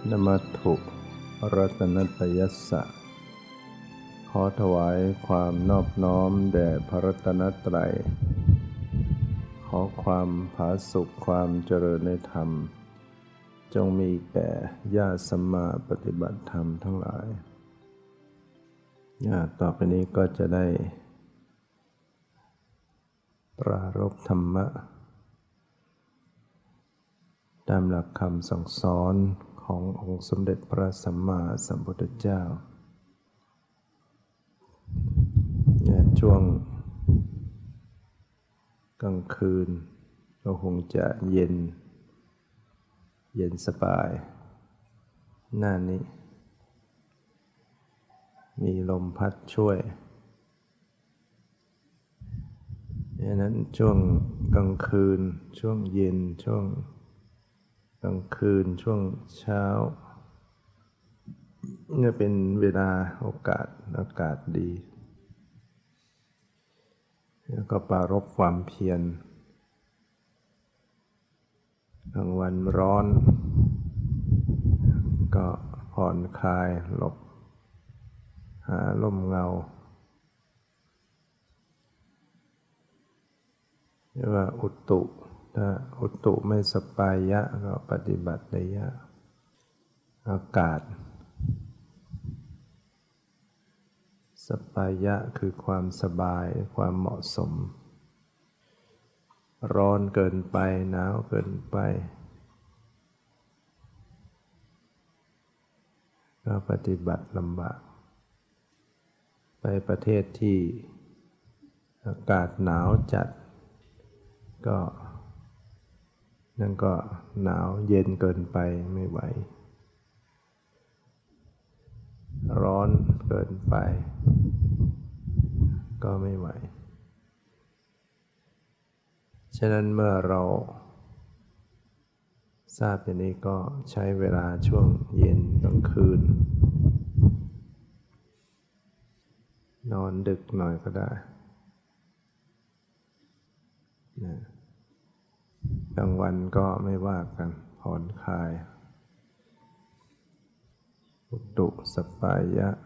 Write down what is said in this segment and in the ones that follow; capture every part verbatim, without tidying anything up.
นมัตถุรัตนัตยัสสะขอถวายความนอบน้อมแด่พระรัตนตรัยขอความผาสุกความเจริญในธรรมจงมีแก่ญาติสัมมาปฏิบัติธรรมทั้งหลายต่อไปนี้ก็จะได้ปรารภธรรมะตามหลักคำสั่งสอนขององค์สมเด็จพระสัมมาสัมพุทธเจ้าช่วงกลางคืนก็คงจะเย็นเย็นสบายหน้านี้มีลมพัดช่วยดังนั้นช่วงกลางคืนช่วงเย็นช่วงกลางคืนช่วงเช้าเนี่ยเป็นเวลาโอกาสอากาศดีแล้วก็ปรารภความเพียรกลางวันร้อนก็ผ่อนคลายหลบหาร่มเงาเรียกว่าอุตุถ้าอุตุไม่สปายะก็ปฏิบัติได้ยากอากาศสปายะคือความสบายความเหมาะสมร้อนเกินไปหนาวเกินไปก็ปฏิบัติลำบากไปประเทศที่อากาศหนาวจัดก็นั่นก็หนาวเย็นเกินไปไม่ไหวร้อนเกินไปก็ไม่ไหวฉะนั้นเมื่อเราทราบอย่างนี้ก็ใช้เวลาช่วงเย็นกลางคืนนอนดึกหน่อยก็ได้นะกลางวันก็ไม่ว่ากันผ่อนคลายอุตุสปายะ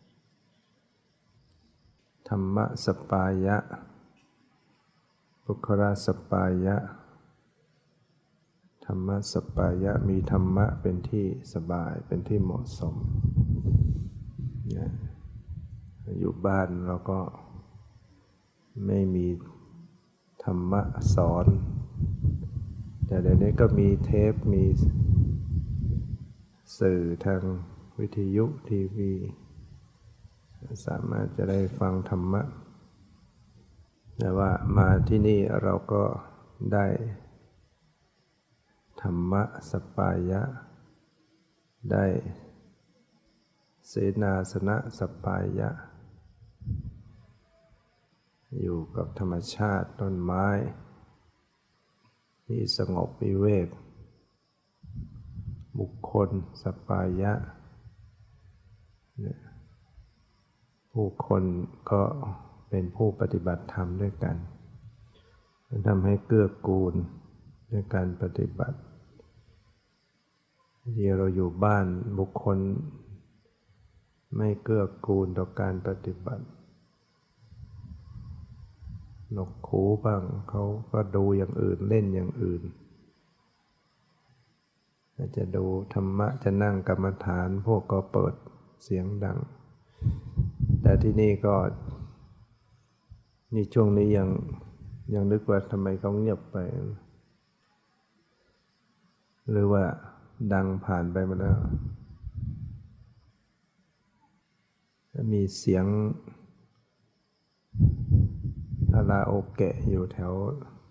ธรรมะสปายะปุคละสปายะธรรมะสปายะมีธรรมะเป็นที่สบายเป็นที่เหมาะสมอยู่บ้านเราก็ไม่มีธรรมะสอนแต่เดี๋ยวนี้ก็มีเทปมีสื่อทางวิทยุทีวีสามารถจะได้ฟังธรรมะแต่ว่ามาที่นี่เราก็ได้ธรรมะสปายะได้เสนาสนะสปายะอยู่กับธรรมชาติต้นไม้ที่สงบวิเวกบุคคลสปายะผู้คนก็เป็นผู้ปฏิบัติธรรมด้วยกันทำให้เกื้อกูลในการปฏิบัติที่เราอยู่บ้านบุคคลไม่เกื้อกูลต่อการปฏิบัติหนวกหูบ้างเขาก็ดูอย่างอื่นเล่นอย่างอื่นจะดูธรรมะจะนั่งกรรมฐานพวกก็เปิดเสียงดังแต่ที่นี่ก็นี่ช่วงนี้ยังยังนึกว่าทำไมเขาเงียบไปหรือว่าดังผ่านไปมาแล้วมีเสียงคาราโอเกะอยู่แถว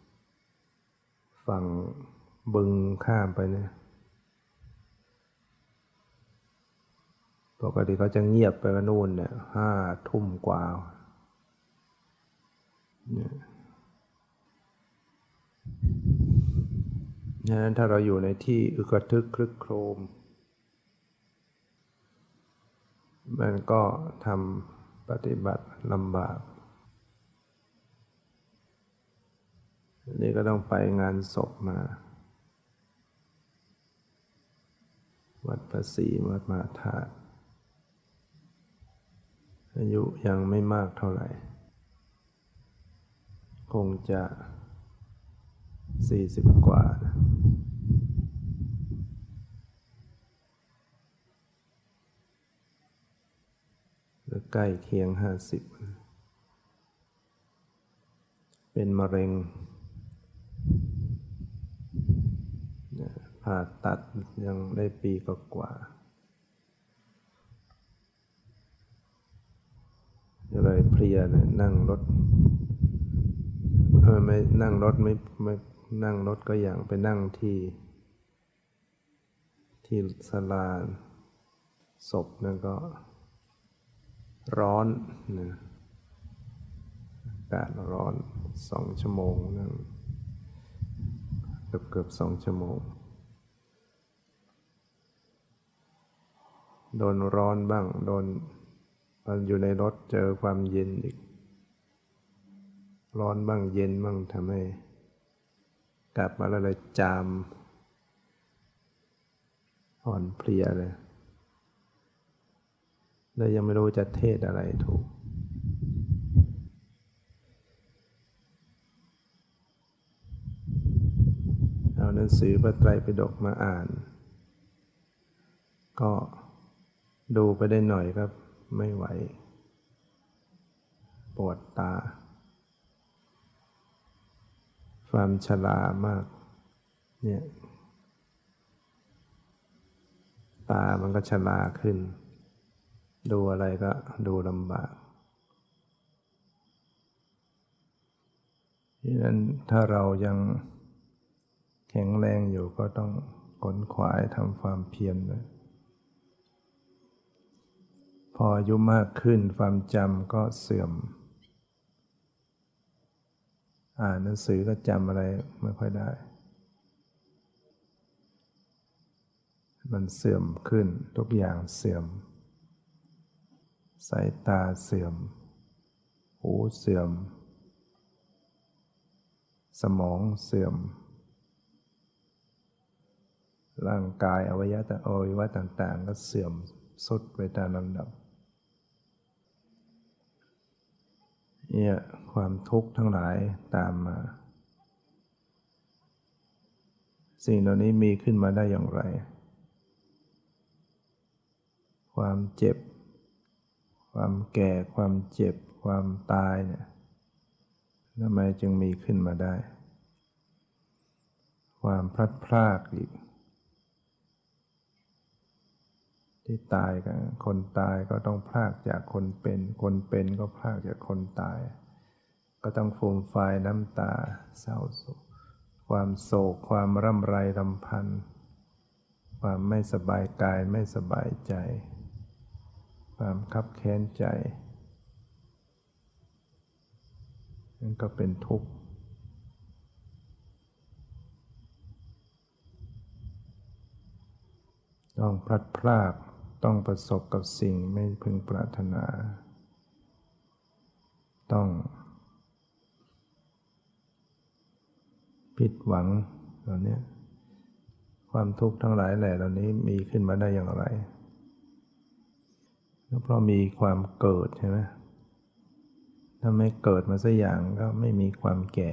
ฝั่งบึงข้ามไปเนี่ยปกติเขาจะเงียบไปกันนู่นเนี่ยห้าทุ่มกว่าเนี่ยฉะนั้นถ้าเราอยู่ในที่อึกระทึกครึกโครมมันก็ทำปฏิบัติลำบากนี่ก็ต้องไปงานศพมา ววัดภาษีวัดมหาธาตุอายุยังไม่มากเท่าไหร่คงจะสี่สิบกว่านะหรือใกล้เคียงห้าสิบเป็นมะเร็งผ่าตัดยังได้ปีกว่าเลยเพลียเลยนั่งรถเออไม่นั่งรถไม่ไม่นั่งรถก็อย่างไปนั่งที่ที่ศาลาศพนั่นก็ร้อนนะอากาศร้อนสองชั่วโมงนั่งเกือบเกือบสองชั่วโมงโดนร้อนบ้างโดนตอนอยู่ในรถเจอความเย็นอีกร้อนบ้างเย็นบ้างทำให้กลับมาแล้วเลยจามอ่อนเพลียเลยเลยยังไม่รู้จะเทศอะไรถูกเอาหนังสือพระไตรปิฎกมาอ่านก็ดูไปได้หน่อยก็ไม่ไหวปวดตาความชรามากเนี่ยตามันก็ชราขึ้นดูอะไรก็ดูลำบากดังนั้นถ้าเรายังแข็งแรงอยู่ก็ต้องขนขวายทำความเพียรนะพออายุมากขึ้นความจำก็เสื่อมอ่านหนังสือก็จำอะไรไม่ค่อยได้มันเสื่อมขึ้นทุกอย่างเสื่อมสายตาเสื่อมหูเสื่อมสมองเสื่อมร่างกายอวัยวะต่างๆก็เสื่อมทรุดไปตามลำดับเนี่ยความทุกข์ทั้งหลายตามมาสิ่งเหล่านี้มีขึ้นมาได้อย่างไรความเจ็บความแก่ความเจ็บความตายเนี่ยทำไมจึงมีขึ้นมาได้ความพลัดพรากอีกที่ตายกันคนตายก็ต้องพรากจากคนเป็นคนเป็นก็พรากจากคนตายก็ต้องฟูมฟายน้ำตาเศร้าโศกความโศกความร่ำไรรำพันความไม่สบายกายไม่สบายใจความคับแค้นใจนั่นก็เป็นทุกข์ต้องพลัดพรากต้องประสบกับสิ่งไม่พึงปรารถนาต้องผิดหวังเหล่านี้ความทุกข์ทั้งหลายแหล่เหล่านี้มีขึ้นมาได้อย่างไรก็เพราะมีความเกิดใช่ไหมถ้าไม่เกิดมาสักอย่างก็ไม่มีความแก่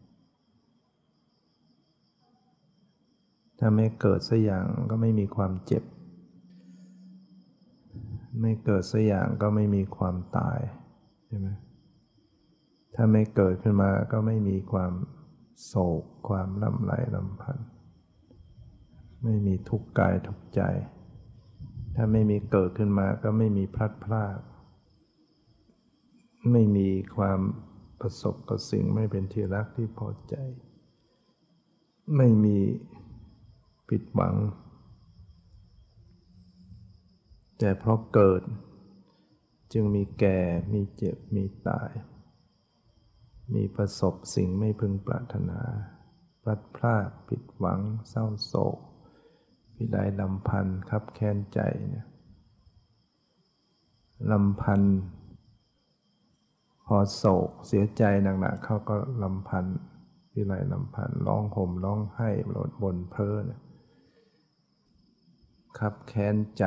ถ้าไม่เกิดสักอย่างก็ไม่มีความเจ็บไม่เกิดสักอย่างก็ไม่มีความตายใช่ไหมถ้าไม่เกิดขึ้นมาก็ไม่มีความโศกความร่ำไรรำพันไม่มีทุกข์กายทุกข์ใจถ้าไม่มีเกิดขึ้นมาก็ไม่มีพลัดพรากไม่มีความประสบกับสิ่งไม่เป็นที่รักที่พอใจไม่มีผิดหวังแต่เพราะเกิดจึงมีแก่มีเจ็บมีตายมีประสบสิ่งไม่พึงปรารถนาพลัดพรากผิดหวังเศร้าโศกพิไรลำพันธ์คับแค้นใจเนี่ยลำพันธ์พอโศกเสียใจหนักๆเขาก็ลำพันธ์พิไรลำพันธ์ร้องห่มร้องไห้บ่นเพ้อเนี่ยคับแค้นใจ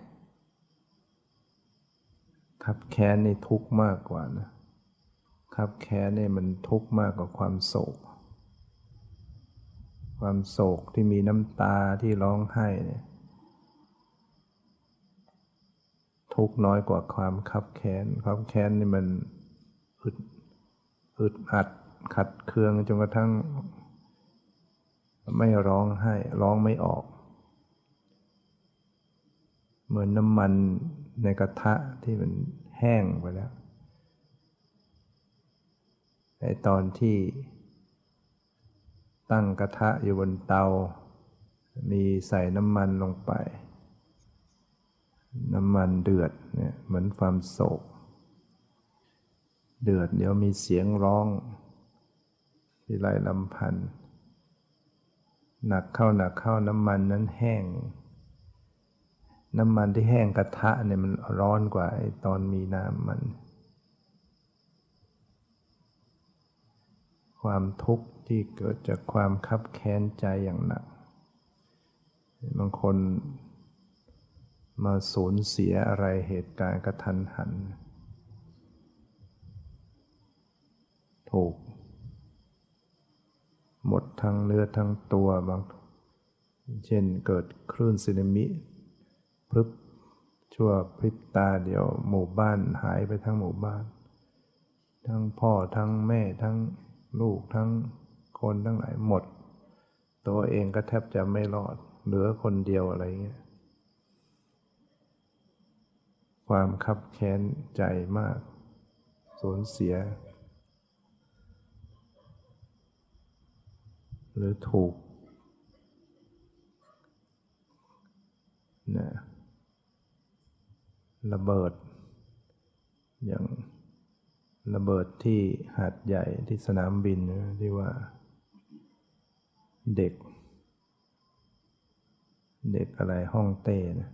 คับแค้นนี่ทุกข์มากกว่านะคับแค้นนี่มันทุกข์มากกว่าความโศกความโศกที่มีน้ำตาที่ร้องไห้เนี่ยทุกข์น้อยกว่าความคับแค้นคับแค้นนี่มันอึดอึดอัดขัดเคืองจนกระทั่งไม่ร้องไห้ร้องไม่ออกเหมือนน้ำมันในกระทะที่มันแห้งไปแล้วไอ้ตอนที่ตั้งกระทะอยู่บนเตามีใส่น้ำมันลงไปน้ำมันเดือดเนี่ยเหมือนความโศกเดือดเดี๋ยวมีเสียงร้องวิไลลำพันธ์หนักเข้าหนักเข้าน้ำมันนั้นแห้งน้ำมันที่แห้งกระทะเนี่ยมันร้อนกว่าไอ้ตอนมีน้ำมันความทุกข์ที่เกิดจากความคับแค้นใจอย่างหนักบางคนมาสูญเสียอะไรเหตุการณ์กระทันหันถูกหมดทั้งเนื้อทั้งตัวบางเช่นเกิดคลื่นสึนามิพรึบชั่วพริบตาเดียวหมู่บ้านหายไปทั้งหมู่บ้านทั้งพ่อทั้งแม่ทั้งลูกทั้งคนทั้งหลายหมดตัวเองก็แทบจะไม่รอดเหลือคนเดียวอะไรเงี้ยความคับแค้นใจมากสูญเสียหรือถูกนะระเบิดอย่างระเบิดที่หาดใหญ่ที่สนามบินที่ว่าเด็กเด็กอะไรฮ่องเต้นะ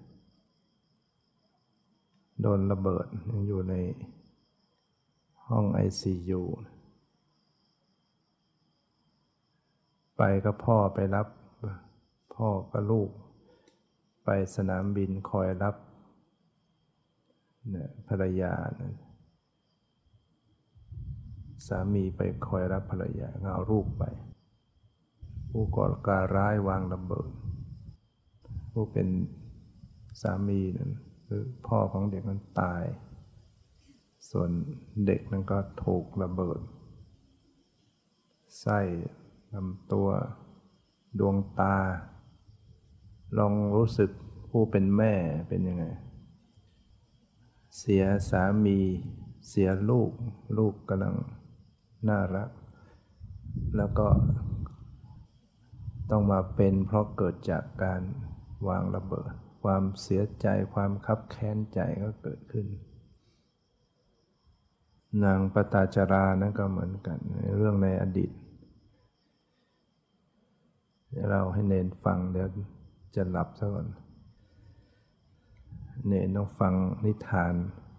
โดนระเบิดอยู่ในห้อง ไอ ซี ยู ไปก็พ่อไปรับพ่อกับลูกไปสนามบินคอยรับเนี่ยภรรยานะสามีไปคอยรับภรรยาเอาลูกไปผู้ก่อการร้ายวางระเบิดผู้เป็นสามีนั้นหรือพ่อของเด็กนั้นตายส่วนเด็กนั้นก็ถูกระเบิดไส้ลำตัวดวงตาลองรู้สึกผู้เป็นแม่เป็นยังไงเสียสามีเสียลูกลูกกำลังน่ารักแล้วก็ต้องมาเป็นเพราะเกิดจากการวางระเบิดความเสียใจความคับแค้นใจก็เกิดขึ้นนางปตาจารานั้นก็เหมือนกันเรื่องในอดีตเราให้เนนฟังเดี๋ยวจะหลับซะก่อนเนนต้องฟังนิทาน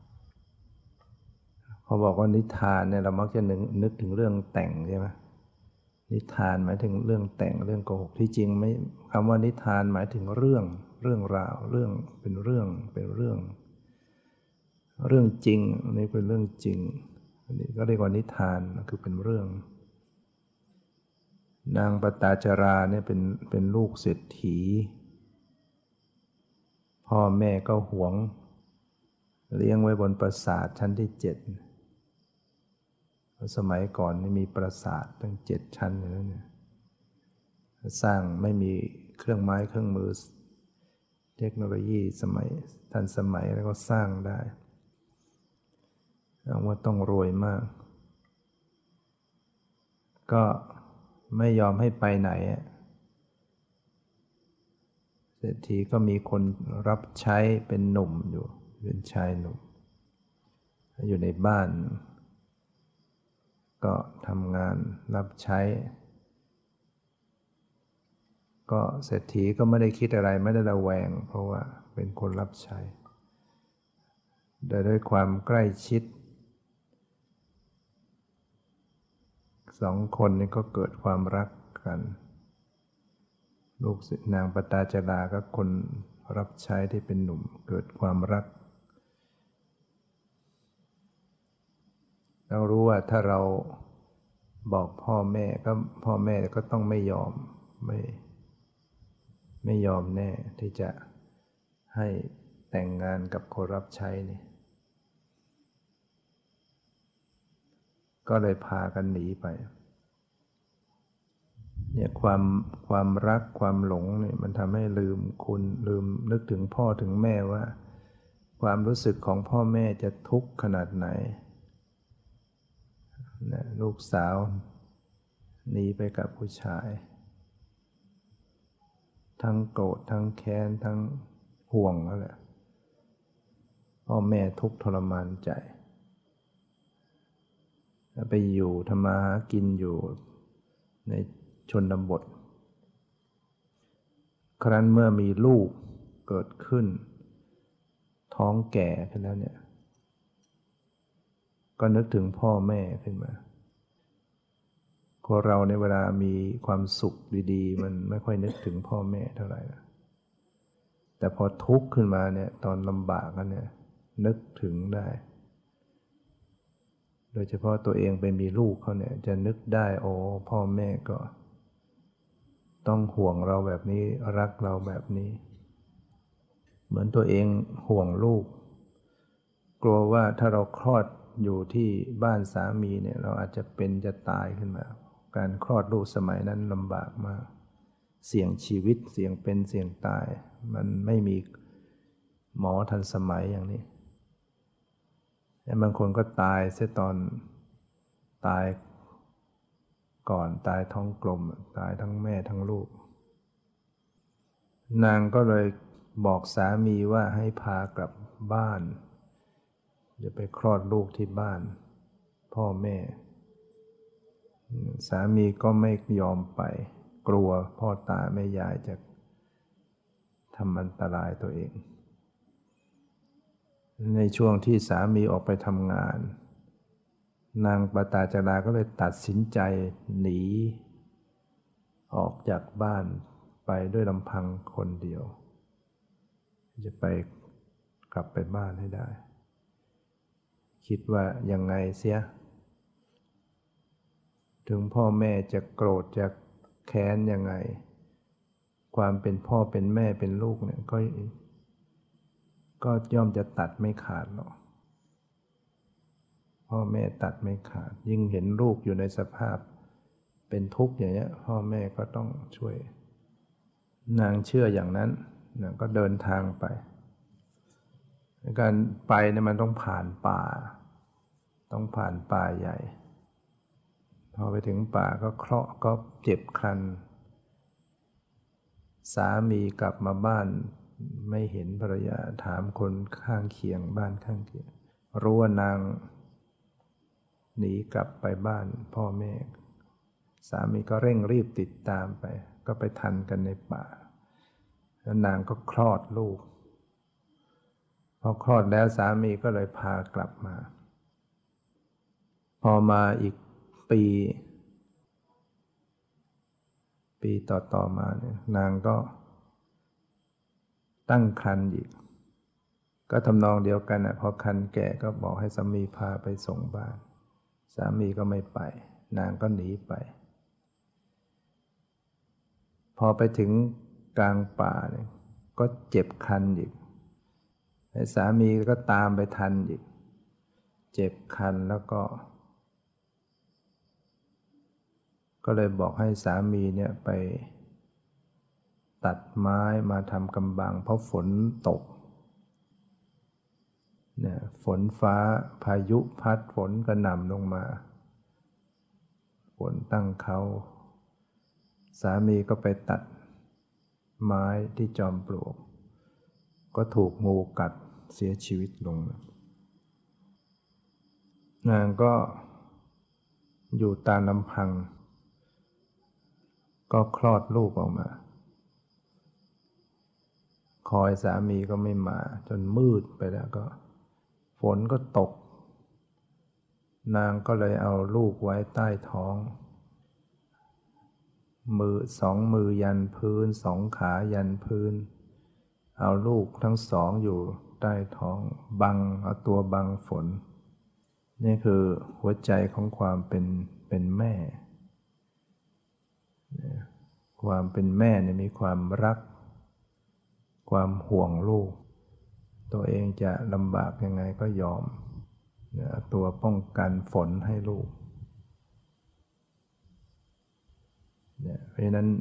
พอบอกว่านิทานเนี่ยเรามักจะนึกนึกถึงเรื่องแต่งใช่ไหมนิทานหมายถึงเรื่องแต่งเรื่องโกหกที่จริงไม่คำว่านิทานหมายถึงเรื่องเรื่องราวเรื่องเป็นเรื่องเป็นเรื่องเรื่องจริงอันนี้เป็นเรื่องจริงอันนี้ก็เรียกว่านิทานคือเป็นเรื่องนางปตาจาราเนี่ยเป็นเป็นลูกเศรษฐีพ่อแม่ก็หวงเลี้ยงไว้บนปราสาทชั้นที่เจ็ดสมัยก่อนนี่มีปราสาทตั้งเจ็ดชั้นอยู่แล้วเนี่ยสร้างไม่มีเครื่องไม้เครื่องมือเทคโนโลยีสมัยทันสมัยแล้วก็สร้างได้เอาว่าต้องรวยมากก็ไม่ยอมให้ไปไหนเศรษฐีก็มีคนรับใช้เป็นหนุ่มอยู่เป็นชายหนุ่มอยู่ในบ้านก็ทำงานรับใช้ก็เศรษฐีก็ไม่ได้คิดอะไรไม่ได้ระแวงเพราะว่าเป็นคนรับใช้แต่ด้วยความใกล้ชิดสองคนนี้ก็เกิดความรักกันลูกนางปตาจาราก็คนรับใช้ที่เป็นหนุ่มเกิดความรักเรารู้ว่าถ้าเราบอกพ่อแม่ก็พ่อแม่ก็ต้องไม่ยอมไม่ไม่ยอมแน่ที่จะให้แต่งงานกับคนรับใช้นี่ก็เลยพากันหนีไปเนี่ยความความรักความหลงเนี่ยมันทำให้ลืมคุณลืมนึกถึงพ่อถึงแม่ว่าความรู้สึกของพ่อแม่จะทุกข์ขนาดไหนนะลูกสาวหนีไปกับผู้ชายทั้งโกรธทั้งแค้นทั้งห่วงนั่นแหละพ่อแม่ทุกข์ทรมานใจไปอยู่ทำมาหากินอยู่ในชนบทครั้นเมื่อมีลูกเกิดขึ้นท้องแก่ขึ้นแล้วเนี่ยก็นึกถึงพ่อแม่ขึ้นมาคนเราในเวลามีความสุขดีๆมันไม่ค่อยนึกถึงพ่อแม่เท่าไหร่นะแต่พอทุกข์ขึ้นมาเนี่ยตอนลำบากกันเนี่ยนึกถึงได้โดยเฉพาะตัวเองไปมีลูกเขาเนี่ยจะนึกได้โอ้พ่อแม่ก็ต้องห่วงเราแบบนี้รักเราแบบนี้เหมือนตัวเองห่วงลูกกลัวว่าถ้าเราคลอดอยู่ที่บ้านสามีเนี่ยเราอาจจะเป็นจะตายขึ้นมาการคลอดลูกสมัยนั้นลำบากมากเสี่ยงชีวิตเสี่ยงเป็นเสี่ยงตายมันไม่มีหมอทันสมัยอย่างนี้แต่บางคนก็ตายเสียตอนตายก่อนตายท้องกลมตายทั้งแม่ทั้งลูกนางก็เลยบอกสามีว่าให้พากลับบ้านจะไปคลอดลูกที่บ้านพ่อแม่สามีก็ไม่ยอมไปกลัวพ่อตาแม่ยายจะทำอันตรายตัวเองในช่วงที่สามีออกไปทำงานนางปตาจาราก็เลยตัดสินใจหนีออกจากบ้านไปด้วยลำพังคนเดียวจะไปกลับไปบ้านให้ได้คิดว่ายังไงเสียถึงพ่อแม่จะโกรธจะแค้นยังไงความเป็นพ่อเป็นแม่เป็นลูกเนี่ยก็ก็ย่อมจะตัดไม่ขาดหรอกพ่อแม่ตัดไม่ขาดยิ่งเห็นลูกอยู่ในสภาพเป็นทุกข์อย่างนี้พ่อแม่ก็ต้องช่วยนางเชื่ออย่างนั้นนางก็เดินทางไปการไปเนี่ยมันต้องผ่านป่าต้องผ่านป่าใหญ่พอไปถึงป่าก็เคราะห์ก็เจ็บครันสามีกลับมาบ้านไม่เห็นภรรยาถามคนข้างเคียงบ้านข้างเคียงรู้ว่านางหนีกลับไปบ้านพ่อแม่สามีก็เร่งรีบติดตามไปก็ไปทันกันในป่าแล้วนางก็คลอดลูกพอคลอดแล้วสามีก็เลยพากลับมาพอมาอีกปีปีต่อๆมาเนี่ยนางก็ตั้งครรภ์อีกก็ทำนองเดียวกันน่ะพอครรภ์แก่ก็บอกให้สามีพาไปส่งบ้านสามีก็ไม่ไปนางก็หนีไปพอไปถึงกลางป่าเนี่ยก็เจ็บครรภ์อีกสามีก็ตามไปทันอีกเจ็บครรภ์แล้วก็ก็เลยบอกให้สามีเนี่ยไปตัดไม้มาทำกำบังเพราะฝนตกเนี่ยฝนฟ้าพายุพัดฝนกระหน่ำลงมาฝนตั้งเขาสามีก็ไปตัดไม้ที่จอมปลวกก็ถูกงูกัดเสียชีวิตลงนางก็อยู่ตามลำพังก็คลอดลูกออกมาคอยสามีก็ไม่มาจนมืดไปแล้วก็ฝนก็ตกนางก็เลยเอาลูกไว้ใต้ท้องมือสองมือยันพื้นสองขายันพื้นเอาลูกทั้งสองอยู่ใต้ท้องบังเอาตัวบังฝนนี่คือหัวใจของความเป็นเป็นแม่ความเป็นแม่เนี่ยมีความรักความห่วงลูกตัวเองจะลำบากยังไงก็ยอมเอาตัวป้องกันฝนให้ลูกเนี่ยเพราะฉะนั้น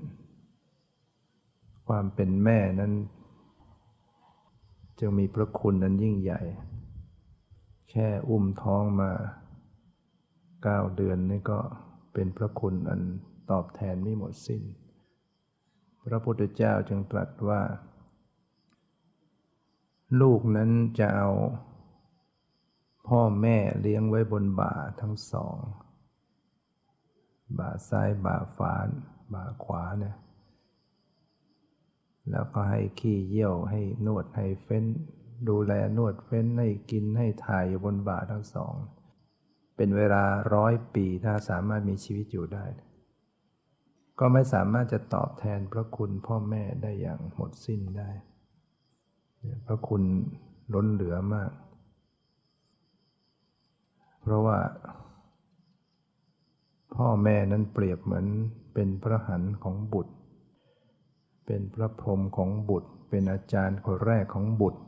ความเป็นแม่นั้นจึงมีพระคุณนั้นยิ่งใหญ่แค่อุ้มท้องมาเก้าเดือนนี่ก็เป็นพระคุณอันตอบแทนไม่หมดสิ้นพระพุทธเจ้าจึงตรัสว่าลูกนั้นจะเอาพ่อแม่เลี้ยงไว้บนบ่าทั้งสองบ่าซ้ายบ่าฝาบ่าขวาเนี่ยแล้วก็ให้ขี้เยี่ยวให้นวดให้เฟ้นดูแลนวดเฟ้นให้กินให้ถ่ายอยู่บนบ่าทั้งสองเป็นเวลาร้อยปีถ้าสามารถมีชีวิตอยู่ได้ก็ไม่สามารถจะตอบแทนพระคุณพ่อแม่ได้อย่างหมดสิ้นได้พระคุณล้นเหลือมากเพราะว่าพ่อแม่นั้นเปรียบเหมือนเป็นพระหัตถ์ของบุตรเป็นพระพรหมของบุตรเป็นอาจารย์คนแรกของบุตร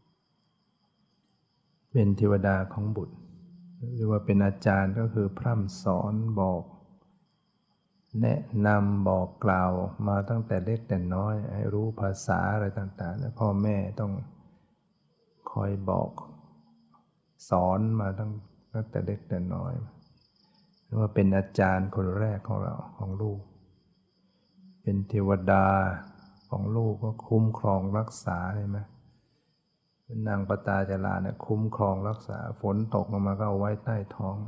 เป็นเทวดาของบุตรหรือว่าเป็นอาจารย์ก็คือพร่ำสอนบอกแนะนำบอกกล่าวมาตั้งแต่เล็กแต่น้อยให้รู้ภาษาอะไรต่างๆพ่อแม่ต้องคอยบอกสอนมาตั้งตั้งแต่เล็กแต่น้อยหรือว่าเป็นอาจารย์คนแรกของเราของลูกเป็นเทวดาของลูกก็คุ้มครองรักษาใช่ไหมเป็นนางปตาจาราเนี่ยคุ้มครองรักษาฝนตกลงมาก็เอาไว้ใต้ท้อง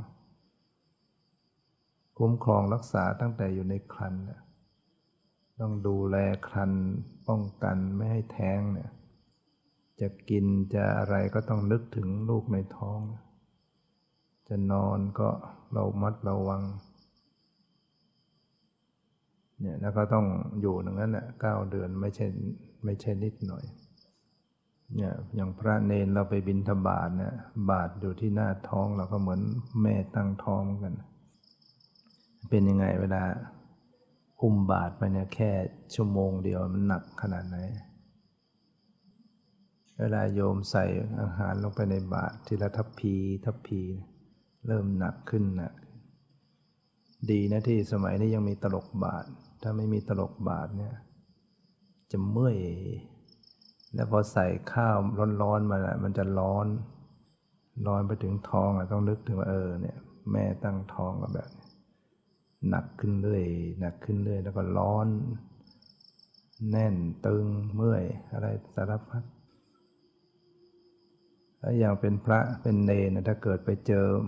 คุ้มครองรักษาตั้งแต่อยู่ในครรภ์เนี่ยต้องดูแลครรภ์ป้องกันไม่ให้แท้งเนี่ยจะกินจะอะไรก็ต้องนึกถึงลูกในท้องจะนอนก็เรามัดระวังเนี่ยแล้วก็ต้องอยู่อย่างนั้นแหละเก้าเดือนไม่ใช่ไม่ใช่นิดหน่อยเนี่ยอย่างพระเนรเราไปบิณฑบาตเนี่ยบาตรอยู่ที่หน้าท้องเราก็เหมือนแม่ตั้งท้องกันเป็นยังไงเวลาอุ้มบาตรไปเนี่ยแค่ชั่วโมงเดียวมันหนักขนาดไหนเวลาโยมใส่อาหารลงไปในบาตรทีละทัพพีทัพพีเริ่มหนักขึ้นหนักดีนะที่สมัยนี้ยังมีตลกบาตรถ้าไม่มีตลกบาตรเนี่ยจะเมื่อยแล้วพอใส่ข้าวร้อนๆมามันจะร้อนร้อนไปถึงท้องต้องนึกถึงว่าเออเนี่ยแม่ตั้งท้องก็แบบหนักขึ้นเรื่อยหนักขึ้นเรื่อยแล้วก็ร้อนแน่นตึงเมื่อยอะไรสารพัดแล้วอย่างเป็นพระเป็นเณรถ้าเกิดไปเจอ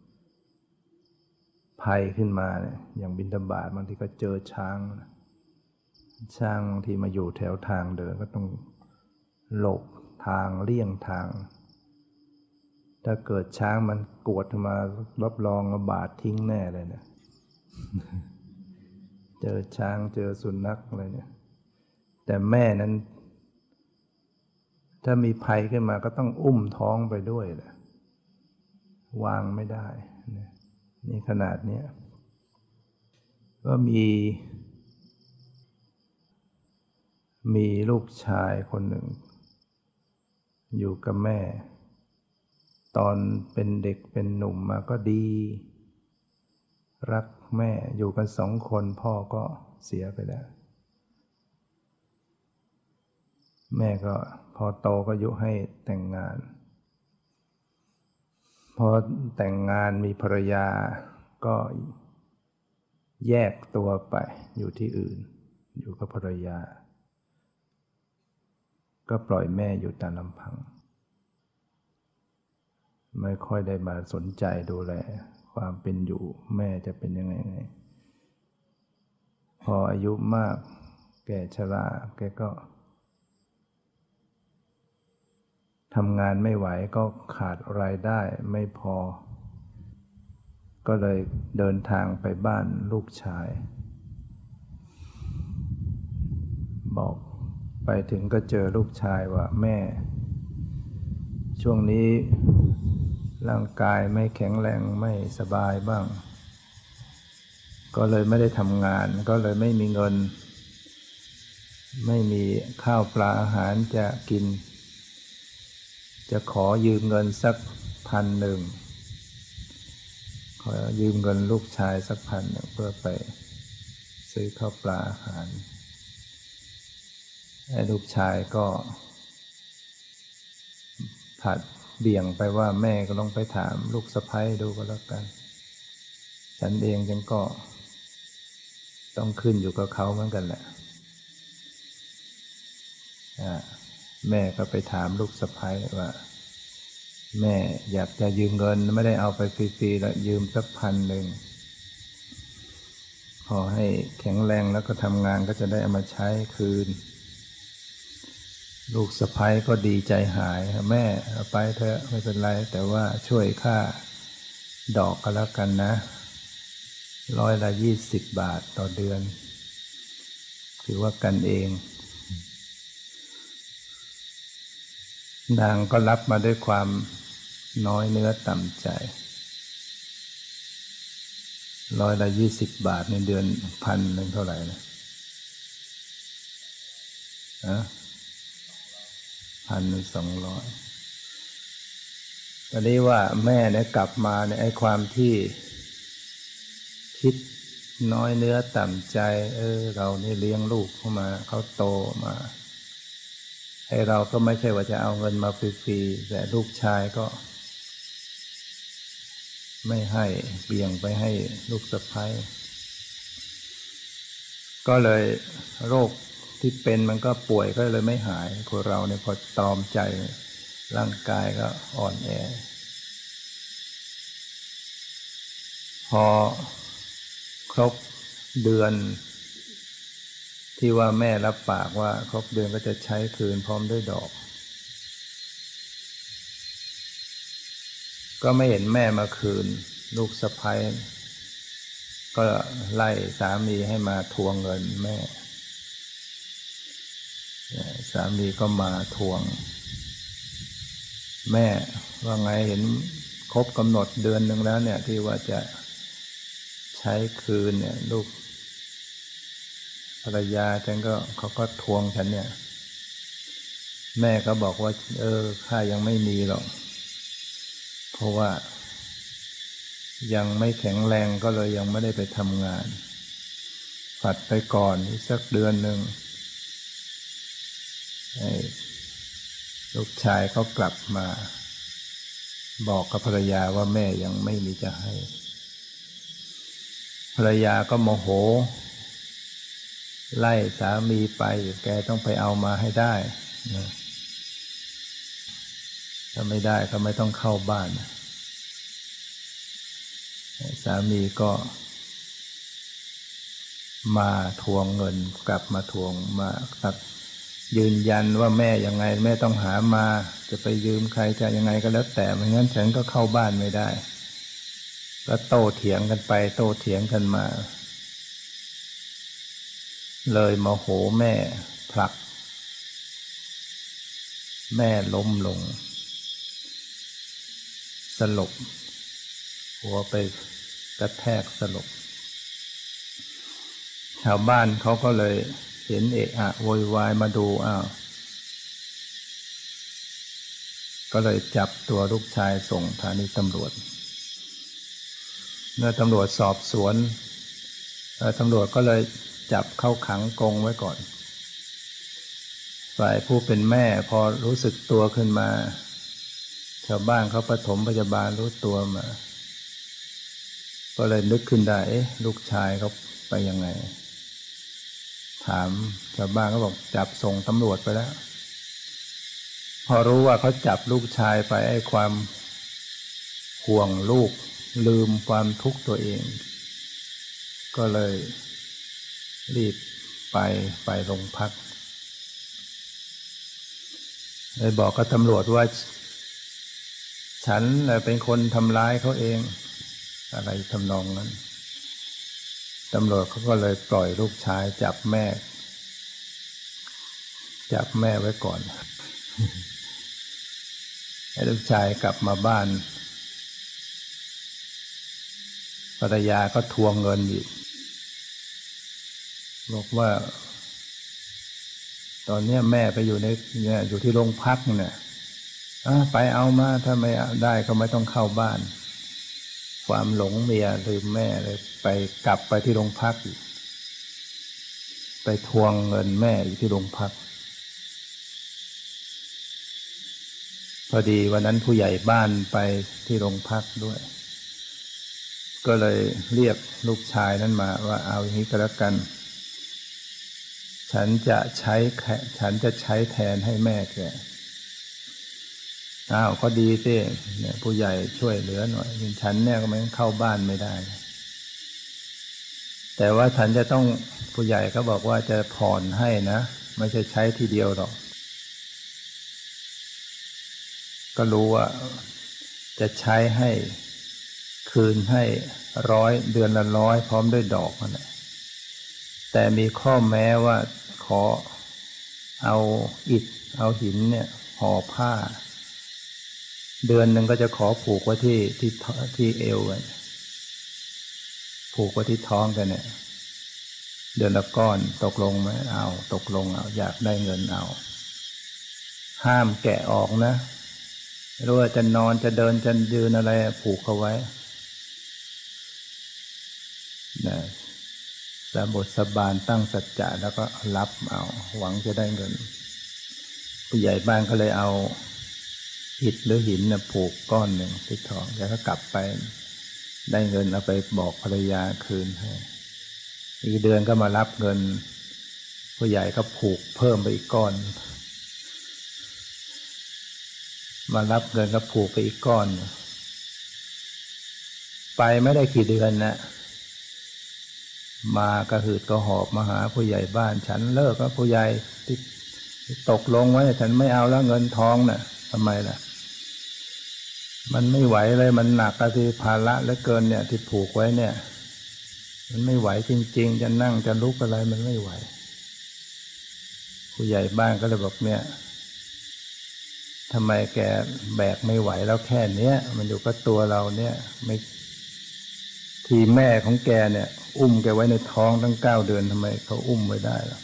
ภัยขึ้นมาเนี่ยอย่างบิณฑบาตบางทีก็เจอช้างช้างที่มาอยู่แถวทางเดินก็ต้องหลบทางเลี่ยงทางถ้าเกิดช้างมันกวดมารับรองบาดทิ้งแน่เลยเนี่ยเจอช้างเจอสุนัขอะไรเนี่ยแต่แม่นั้นถ้ามีภัยขึ้นมาก็ต้องอุ้มท้องไปด้วยแหละวางไม่ได้นี่ขนาดนี้ก็มีมีลูกชายคนหนึ่งอยู่กับแม่ตอนเป็นเด็กเป็นหนุ่มมาก็ดีรักแม่อยู่กันสองคนพ่อก็เสียไปแล้วแม่ก็พอโตก็ยุให้แต่งงานพอแต่งงานมีภรรยาก็แยกตัวไปอยู่ที่อื่นอยู่กับภรรยาก็ปล่อยแม่อยู่ตามลำพังไม่ค่อยได้มาสนใจดูแลความเป็นอยู่แม่จะเป็นยังไงไงพออายุมากแก่ชราแกก็ทำงานไม่ไหวก็ขาดรายได้ไม่พอก็เลยเดินทางไปบ้านลูกชายบอกไปไปถึงก็เจอลูกชายว่าแม่ช่วงนี้ร่างกายไม่แข็งแรงไม่สบายบ้างก็เลยไม่ได้ทำงานก็เลยไม่มีเงินไม่มีข้าวปลาอาหารจะกินจะขอยืมเงินสักพันหนึ่งขอยืมเงินลูกชายสักพันหนึ่งเพื่อไปซื้อข้าวปลาอาหารไอ้ลูกชายก็ผัดเบี่ยงไปว่าแม่ก็ลองไปถามลูกสะใภ้ดูก็แล้วกันฉันเองยังก็ต้องขึ้นอยู่กับเขาเหมือนกันแหละแม่ก็ไปถามลูกสะใภ้ว่าแม่อยากจะยืมเงินไม่ได้เอาไปฟรีๆแล้วยืมสักพันหนึ่งพอให้แข็งแรงแล้วก็ทำงานก็จะได้เอามาใช้คืนลูกสะใภ้ก็ดีใจหายแม่เอาไปเถอะไม่เป็นไรแต่ว่าช่วยค่าดอกก็แล้วกันนะร้อยละยี่สิบบาทต่อเดือนถือว่ากันเองนางก็รับมาด้วยความน้อยเนื้อต่ำใจร้อยละยี่สิบบาทในเดือนพันหนึ่งเท่าไหร่นะอะพันหนึ่งสองร้อยตอนนี้ว่าแม่เนี่ยกลับมาในไอ้ความที่คิดน้อยเนื้อต่ำใจเออเรานี่เลี้ยงลูกเข้ามาเขาโตมาไอ้เราก็ไม่ใช่ว่าจะเอาเงินมาฟรีๆแต่ลูกชายก็ไม่ให้เบี่ยงไปให้ลูกสะใภ้ก็เลยโรคที่เป็นมันก็ป่วยก็เลยไม่หายคนเราเนี่ยพอตรอมใจร่างกายก็อ่อนแอพอครบเดือนที่ว่าแม่รับปากว่าครบเดือนก็จะใช้คืนพร้อมด้วยดอกก็ไม่เห็นแม่มาคืนลูกสะใภ้ก็ไล่สามีให้มาทวงเงินแม่สามีก็มาทวงแม่ว่าไงเห็นครบกำหนดเดือนหนึ่งแล้วเนี่ยที่ว่าจะใช้คืนเนี่ยลูกภรรยาฉันก็เขาก็ทวงฉันเนี่ยแม่ก็บอกว่าเออข้ายังไม่มีหรอกเพราะว่ายังไม่แข็งแรงก็เลยยังไม่ได้ไปทำงานผัดไปก่อนอีกสักเดือนหนึ่งให้ลูกชายเขากลับมาบอกกับภรรยาว่าแม่ยังไม่มีจะให้ภรรยาก็โมโหไล่สามีไปแกต้องไปเอามาให้ได้นะถ้าไม่ได้ก็ไม่ต้องเข้าบ้านสามีก็มาทวงเงินกลับมาทวงมาตัดยืนยันว่าแม่ยังไงแม่ต้องหามาจะไปยืมใครจะยังไงก็แล้วแต่ไม่งั้นฉันก็เข้าบ้านไม่ได้ก็โต้เถียงกันไปโต้เถียงกันมาเลยโมโหแม่ผลักแม่ล้มลงสลบหัวไปกระแทกสลบชาวบ้านเขาก็เลยเห็นเอะอะโวยวายมาดูอ้าวก็เลยจับตัวลูกชายส่งสถานีตำรวจเมื่อตำรวจสอบสวนตำรวจก็เลยจับเข้าขังกรงไว้ก่อนฝ่ายผู้เป็นแม่พอรู้สึกตัวขึ้นมาชาวบ้านเขาปฐมพยาบาลรู้ตัวมาก็เลยนึกขึ้นได้เอ๊ะลูกชายเขาไปยังไงถามชาวบ้านก็บอกจับส่งตำรวจไปแล้วพอรู้ว่าเขาจับลูกชายไปไอ้ความห่วงลูกลืมความทุกข์ตัวเองก็เลยรีบไปไปโรงพักเลยบอกกับตำรวจว่าฉันแหละเป็นคนทำร้ายเขาเองอะไรทำนองนั้นตำรวจเขาก็เลยปล่อยลูกชายจับแม่จับแม่ไว้ก่อนให้ลูกชายกลับมาบ้านภรรยาก็ทวงเงินอีกบอกว่าตอนนี้แม่ไปอยู่ในเนี่ยอยู่ที่โรงพักเนี่ยไปเอามาถ้าไม่ได้ก็ไม่ต้องเข้าบ้านความหลงเมียลืมแม่เลยไปกลับไปที่โรงพักไปทวงเงินแม่อยู่ที่โรงพักพอดีวันนั้นผู้ใหญ่บ้านไปที่โรงพักด้วยก็เลยเรียกลูกชายนั้นมาว่าเอาอย่างนี้ก็แล้วกันฉันจะใช้ฉันจะใช้แทนให้แม่แกอ้าวก็ดีสิเนี่ยผู้ใหญ่ช่วยเหลือหน่อยฉันเนี่ยก็ไม่เข้าบ้านไม่ได้แต่ว่าฉันจะต้องผู้ใหญ่ก็บอกว่าจะผ่อนให้นะไม่ใช่ใช้ทีเดียวหรอกก็รู้ว่าจะใช้ให้คืนให้ร้อยเดือนละร้อยพร้อมด้วยดอกนั่นแหละแต่มีข้อแม้ว่าขอเอาอิฐเอาหินเนี่ยห่อผ้าเดือนหนึ่งก็จะขอผูกไว้ที่ที่ที่เอวกันผูกไว้ที่ท้องกันเนี่ยเดือนละก้อนตกลงไหมเอาตกลงเอาอยากได้เงินเอาห้ามแกะออกนะไม่รู้ว่าจะนอนจะเดินจะยืนอะไรผูกเขาไว้นะสาบทสาบานตั้งสัจจะแล้วก็รับเอาหวังจะได้เงินผู้ใหญ่บ้านก็เลยเอาอิฐหรือหินเนี่ยผูกก้อนหนึ่งที่ท้องแล้วก็กลับไปได้เงินเอาไปบอกภรรยาคืนให้อีกเดือนก็มารับเงินผู้ใหญ่ก็ผูกเพิ่มไปอีกก้อนมารับเงินก็ผูกไปอีกก้อนไปไม่ได้กี่เดือนนะมากระหืดกระหอบมาหาผู้ใหญ่บ้านฉันเลิกแล้วผู้ใหญ่ที่ตกลงไว้ฉันไม่เอาแล้วเงินทองน่ะทำไมล่ะมันไม่ไหวเลยมันหนักอะที่ภาระเหลือเกินเนี่ยที่ผูกไว้เนี่ยมันไม่ไหวจริงๆจะนั่งจะลุกอะไรมันไม่ไหวผู้ใหญ่บ้านก็เลยบอกเนี่ยทำไมแกแบกไม่ไหวแล้วแค่เนี้ยมันอยู่กับตัวเราเนี่ยไม่ทีแม่ของแกเนี่ยอุ้มแกไว้ในท้องตั้งเก้าเดือนทำไมเขาอุ้มไว้ได้ล่ะ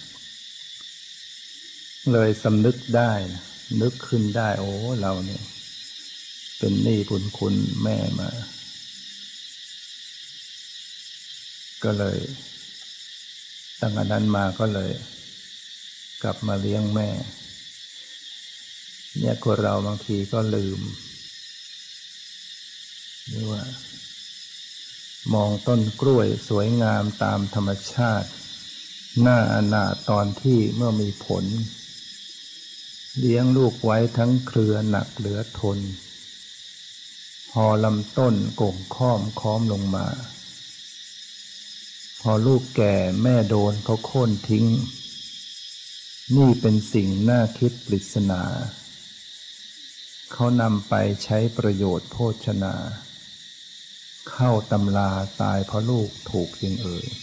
เลยสำนึกได้นึกขึ้นได้โอ้เราเนี่ยเป็นหนี้บุญคุณแม่มาก็เลยตั้งแต่นั้นมาก็เลยกลับมาเลี้ยงแม่เนี่ยคนเราบางทีก็ลืมหรือว่ามองต้นกล้วยสวยงามตามธรรมชาติน่าอนาถตอนที่เมื่อมีผลเลี้ยงลูกไว้ทั้งเครือหนักเหลือทนพอลำต้นโก่งค้อมค้อมลงมาพอลูกแก่แม่โดนเขาโค่นทิ้งนี่เป็นสิ่งน่าคิดปริศนาเขานำไปใช้ประโยชน์โภชนาเข้าตำราตายเพราะลูกถูกยิงเอ่ย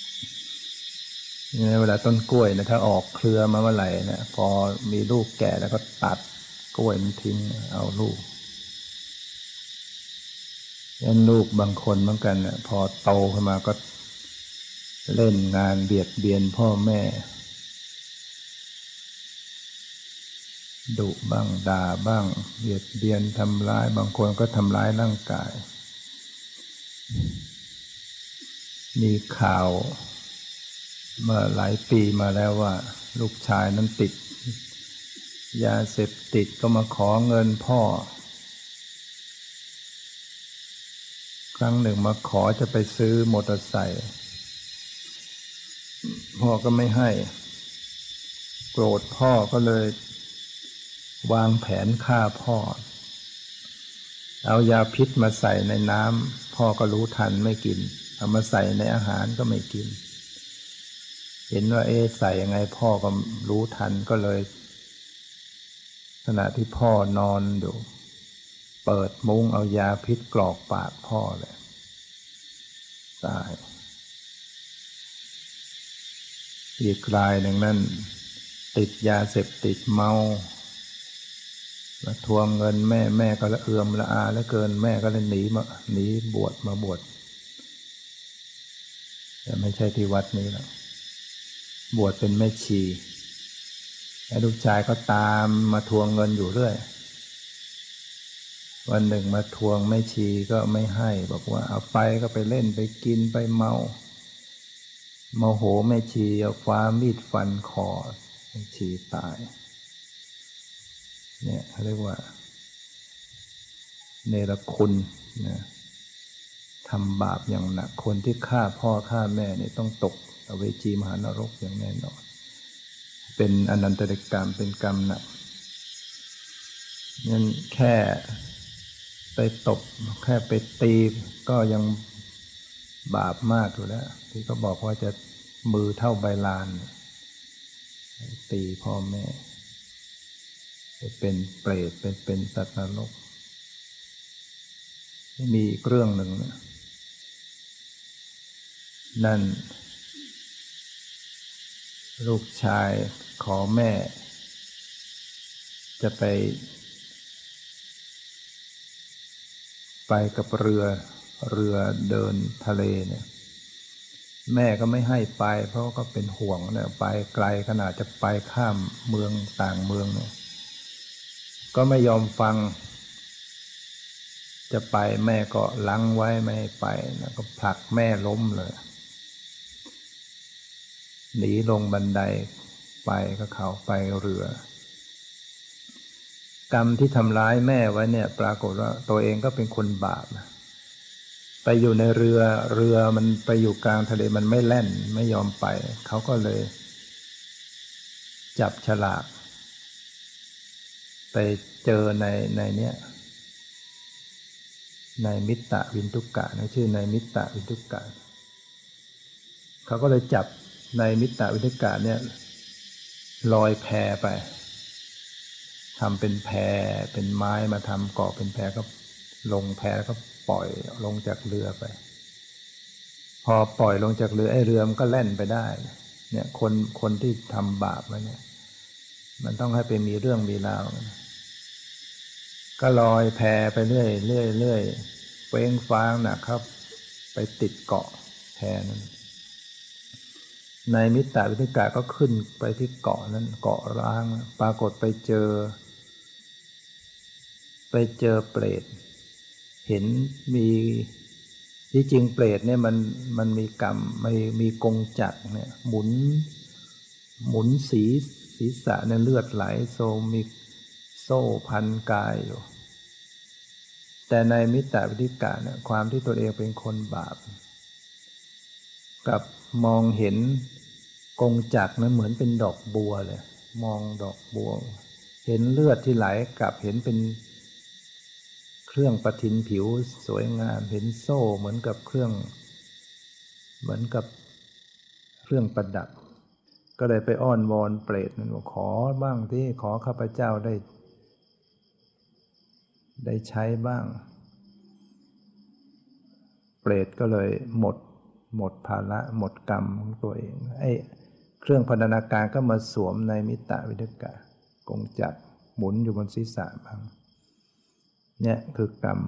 เวลาต้นกล้วยนะถ้าออกเครือมาเมื่อไหร่เนี่ยพอมีลูกแก่แล้วก็ตัดกล้วยมันทิ้งเอาลูกยันลูกบางคนเหมือนกันเนี่ยพอโตขึ้นมาก็เล่นงานเบียดเบียนพ่อแม่ดุบ้างด่าบ้างเบียดเบียนทำร้ายบางคนก็ทำร้ายร่างกายมีข่าวเมื่อหลายปีมาแล้วว่าลูกชายนั้นติดยาเสพติดก็มาขอเงินพ่อครั้งหนึ่งมาขอจะไปซื้อมอเตอร์ไซค์พ่อก็ไม่ให้โกรธพ่อก็เลยวางแผนฆ่าพ่อเอายาพิษมาใส่ในน้ำพ่อก็รู้ทันไม่กินเอามาใส่ในอาหารก็ไม่กินเห็นว่าเอ๊ะใส่ยังไงพ่อก็รู้ทันก็เลยขณะที่พ่อนอนอยู่เปิดมุ้งเอายาพิษกรอกปากพ่อเลยตายอีกรายหนึ่งนั่นติดยาเสพติดเมามาทวงเงินแม่แม่ก็ละเอือมละอาเหลือเกินแม่ก็เลยหนีมาหนีบวชมาบวชแต่ไม่ใช่ที่วัดนี้หรอกบวชเป็นแม่ชีไอ้ลูกชายก็ตามมาทวงเงินอยู่เรื่อยวันหนึ่งมาทวงแม่ชีก็ไม่ให้บอกว่าเอาไปก็ไปเล่นไปกินไปเมาโมโหแม่ชีเอาคว้ามีดฟันคอแม่ชีตายเนี่ยเขาเรียกว่าเนรคุณนะทำบาปอย่างหนักคนที่ฆ่าพ่อฆ่าแม่เนี่ยต้องตกอเวจีมหานรกอย่างแน่นอนเป็นอนันตริกรรมเป็นกรรมหนักงั้นแค่ไปตบแค่ไปตีก็ยังบาปมากอยู่แล้วที่เขาบอกว่าจะมือเท่าใบลานตีพ่อแม่เป็นเปรตเป็นเป็นสัตว์นรกมีอีกเรื่องหนึ่งนะนั่นลูกชายขอแม่จะไปไปกับเรือเรือเดินทะเลเนี่ยแม่ก็ไม่ให้ไปเพราะก็เป็นห่วงเนี่ยไปไกลขนาดจะไปข้ามเมืองต่างเมืองเนี่ยก็ไม่ยอมฟังจะไปแม่ก็ลังไว้ไม่ให้ไปแล้วก็ผลักแม่ล้มเลยหนีลงบันไดไปก็เขาไปเรือกรรมที่ทำร้ายแม่ไว้เนี่ยปรากฏว่าตัวเองก็เป็นคนบาปไปอยู่ในเรือเรือมันไปอยู่กลางทะเลมันไม่แล่นไม่ยอมไปเขาก็เลยจับฉลากไปเจอในในเนี้ยในมิตตวินทุกกะนะชื่อในมิตตวินทุกกะเขาก็เลยจับในมิตตวินทุกกะเนี่ยลอยแพไปทำเป็นแพเป็นไม้มาทำก่อเป็นแพก็ลงแพแล้วก็ปล่อยลงจากเรือไปพอปล่อยลงจากเรือไอ้เรือมันก็แล่นไปได้เนี่ยคนคนที่ทำบาปไว้เนี่ยมันต้องให้ไปมีเรื่องมีราวก็ลอยแพไปเรื่อยเรื่อยเรื่อยเฟ้งฟ้างนะครับไปติดเกาะแพนั้นในมิตตวินิกาก็ขึ้นไปที่เกาะนั้นเกาะร้างปรากฏไปเจอไปเจอเปรตเห็นมีที่จริงเปรตเนี่ยมันมันมีกรรมมีมีกงจักรเนี่ยหมุนหมุนศีศีรษะเนี่ยเลือดไหลโซมีโซ่พันกายอยู่แต่ในมิตตวินิกาเนี่ยความที่ตัวเองเป็นคนบาปกับมองเห็นกงจักรนั้นเหมือนเป็นดอกบัวเลยมองดอกบัวเห็นเลือดที่ไหลกลับเห็นเป็นเครื่องประทินผิวสวยงามเห็นโซ่เหมือนกับเครื่องเหมือนกับเครื่องประดับก็เลยไปอ้อนวอนเปรตนั้นว่าขอบ้างที่ขอข้าพเจ้าได้ได้ใช้บ้างเปรตก็เลยหมดหมดภาระหมดกรรมของตัวเองไอ้เครื่องพันธนาการก็มาสวมในมิตตวินิกากงจักรหมุนอยู่บนศีรษะบ้างเนี่ยคือกรรม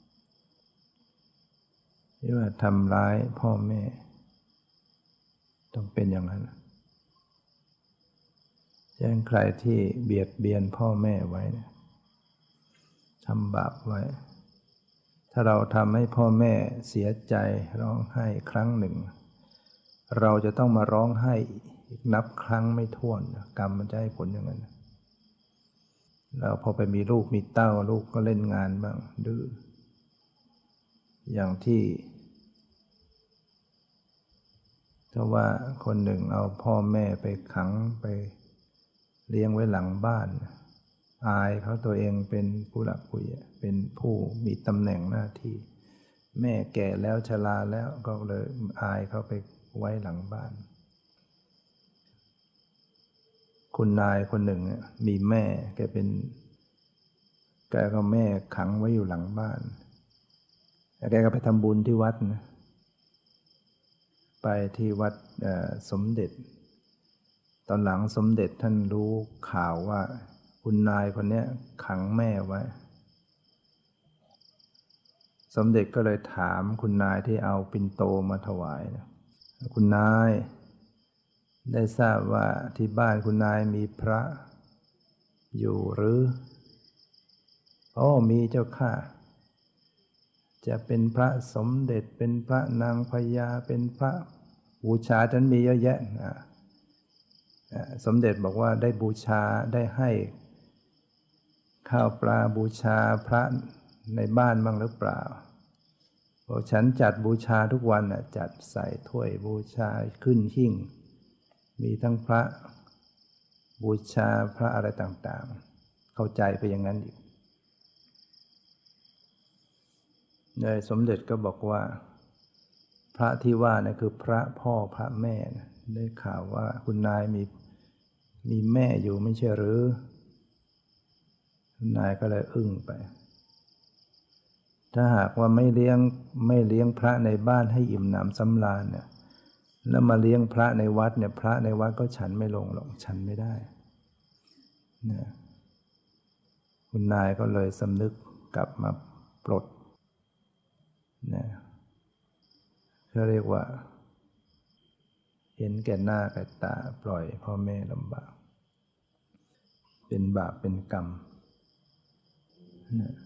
ที่ว่าทำร้ายพ่อแม่ต้องเป็นอย่างนั้นฉะนั้นใครที่เบียดเบียนพ่อแม่ไว้เนี่ยทำบาปไว้ถ้าเราทำให้พ่อแม่เสียใจร้องไห้ครั้งหนึ่งเราจะต้องมาร้องไห้อีกนับครั้งไม่ถ้วนกรรมมันจะให้ผลอย่างนั้นแล้วพอไปมีลูกมีเต้าลูกก็เล่นงานบ้างดื้ออย่างที่ถ้าว่าคนหนึ่งเอาพ่อแม่ไปขังไปเลี้ยงไว้หลังบ้านอายเขาตัวเองเป็นผู้หลักผู้ใหญ่เป็นผู้มีตำแหน่งหน้าที่แม่แก่แล้วชราแล้วก็เลยอายเขาไปไว้หลังบ้านคุณนายคนหนึ่งมีแม่แกเป็นแกก็แม่ขังไว้อยู่หลังบ้านแกก็ไปทำบุญที่วัดนะไปที่วัดสมเด็จตอนหลังสมเด็จท่านรู้ข่าวว่าคุณนายคนนี้ขังแม่ไว้สมเด็จก็เลยถามคุณนายที่เอาปิ่นโตมาถวายนะคุณนายได้ทราบว่าที่บ้านคุณนายมีพระอยู่หรืออ๋อมีเจ้าค่ะจะเป็นพระสมเด็จเป็นพระนางพญาเป็นพระบูชาฉันมีเยอะแยะนะสมเด็จบอกว่าได้บูชาได้ให้ข้าวปลาบูชาพระในบ้านบ้างหรือเปล่าบอกฉันจัดบูชาทุกวันน่ะจัดใส่ถ้วยบูชาขึ้นหิ้งมีทั้งพระบูชาพระอะไรต่างๆเข้าใจไปอย่างนั้นอีกเลยสมเด็จก็บอกว่าพระที่ว่านะคือพระพ่อพระแม่นะได้ข่าวว่าคุณนายมีมีแม่อยู่ไม่ใช่หรือคุณนายก็เลยอึ้งไปถ้าหากว่าไม่เลี้ยงไม่เลี้ยงพระในบ้านให้อิ่มหนำสำราญเนี่ยแล้วมาเลี้ยงพระในวัดเนี่ยพระในวัดก็ฉันไม่ลงหรอกฉันไม่ได้นะคุณนายก็เลยสำนึกกลับมาปลดนะเขาเรียกว่าเห็นแก่หน้าแก่ตาปล่อยพ่อแม่ลำบากเป็นบาปเป็นกรรมนะ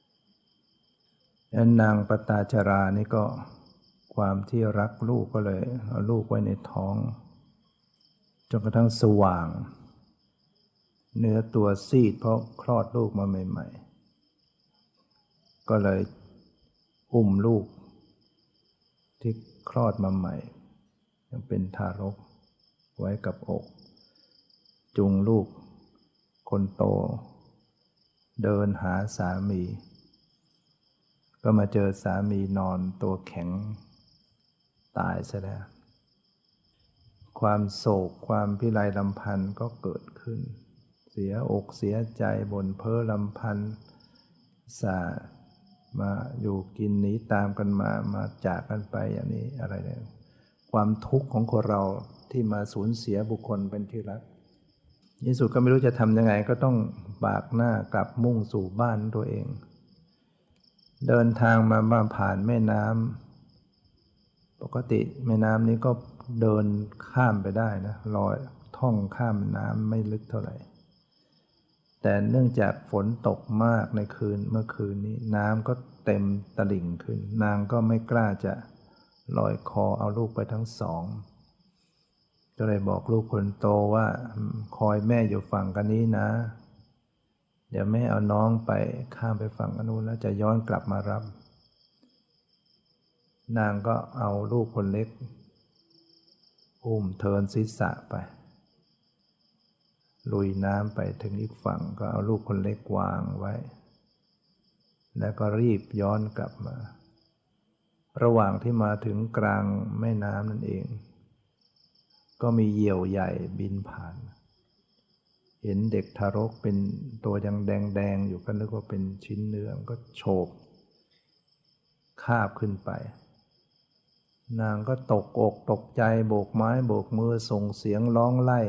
แล้วนางปตาจารานี่ก็ความที่รักลูกก็เลยเอาลูกไว้ในท้องจนกระทั่งสว่างเนื้อตัวซีดเพราะคลอดลูกมาใหม่ๆก็เลยอุ้มลูกที่คลอดมาใหม่ยังเป็นทารกไว้กับอกจูงลูกคนโตเดินหาสามีก็มาเจอสามีนอนตัวแข็งตายซะแล้วความโศกความพิไรลำพันธ์ก็เกิดขึ้นเสียอกเสียใจบ่นเพ้อลำพันธ์สามาอยู่กินหนีตามกันมามาจากกันไปอย่างนี้อะไรเนี่ยความทุกข์ของคนเราที่มาสูญเสียบุคคลเป็นที่รักที่สุดก็ไม่รู้จะทำยังไงก็ต้องบากหน้ากลับมุ่งสู่บ้านตัวเองเดินทางมามาผ่านแม่น้ำปกติแม่น้ำนี้ก็เดินข้ามไปได้นะลอยท่องข้ามน้ำไม่ลึกเท่าไหร่แต่เนื่องจากฝนตกมากในคืนเมื่อคืนนี้น้ำก็เต็มตลิ่งขึ้นนางก็ไม่กล้าจะลอยคอเอาลูกไปทั้งสองก็เลยบอกลูกคนโตว่าคอยแม่อยู่ฝั่งกันนี้นะเดี๋ยวแม่เอาน้องไปข้ามไปฝั่งอนุแล้วจะย้อนกลับมารับนางก็เอาลูกคนเล็กอุ้มเทินศีรษะไปลุยน้ำไปถึงอีกฝั่งก็เอาลูกคนเล็กวางไว้แล้วก็รีบย้อนกลับมาระหว่างที่มาถึงกลางแม่น้ำนั่นเองก็มีเหยี่ยวใหญ่บินผ่านเห็นเด็กทารกเป็นตัวยังแดงๆอยู่ก็นึกว่าเป็นชิ้นเนื้อก็โฉบคาบขึ้นไปนางก็ตกอกตกใจโบกไม้โบกมือส่งเสียงร้องไล่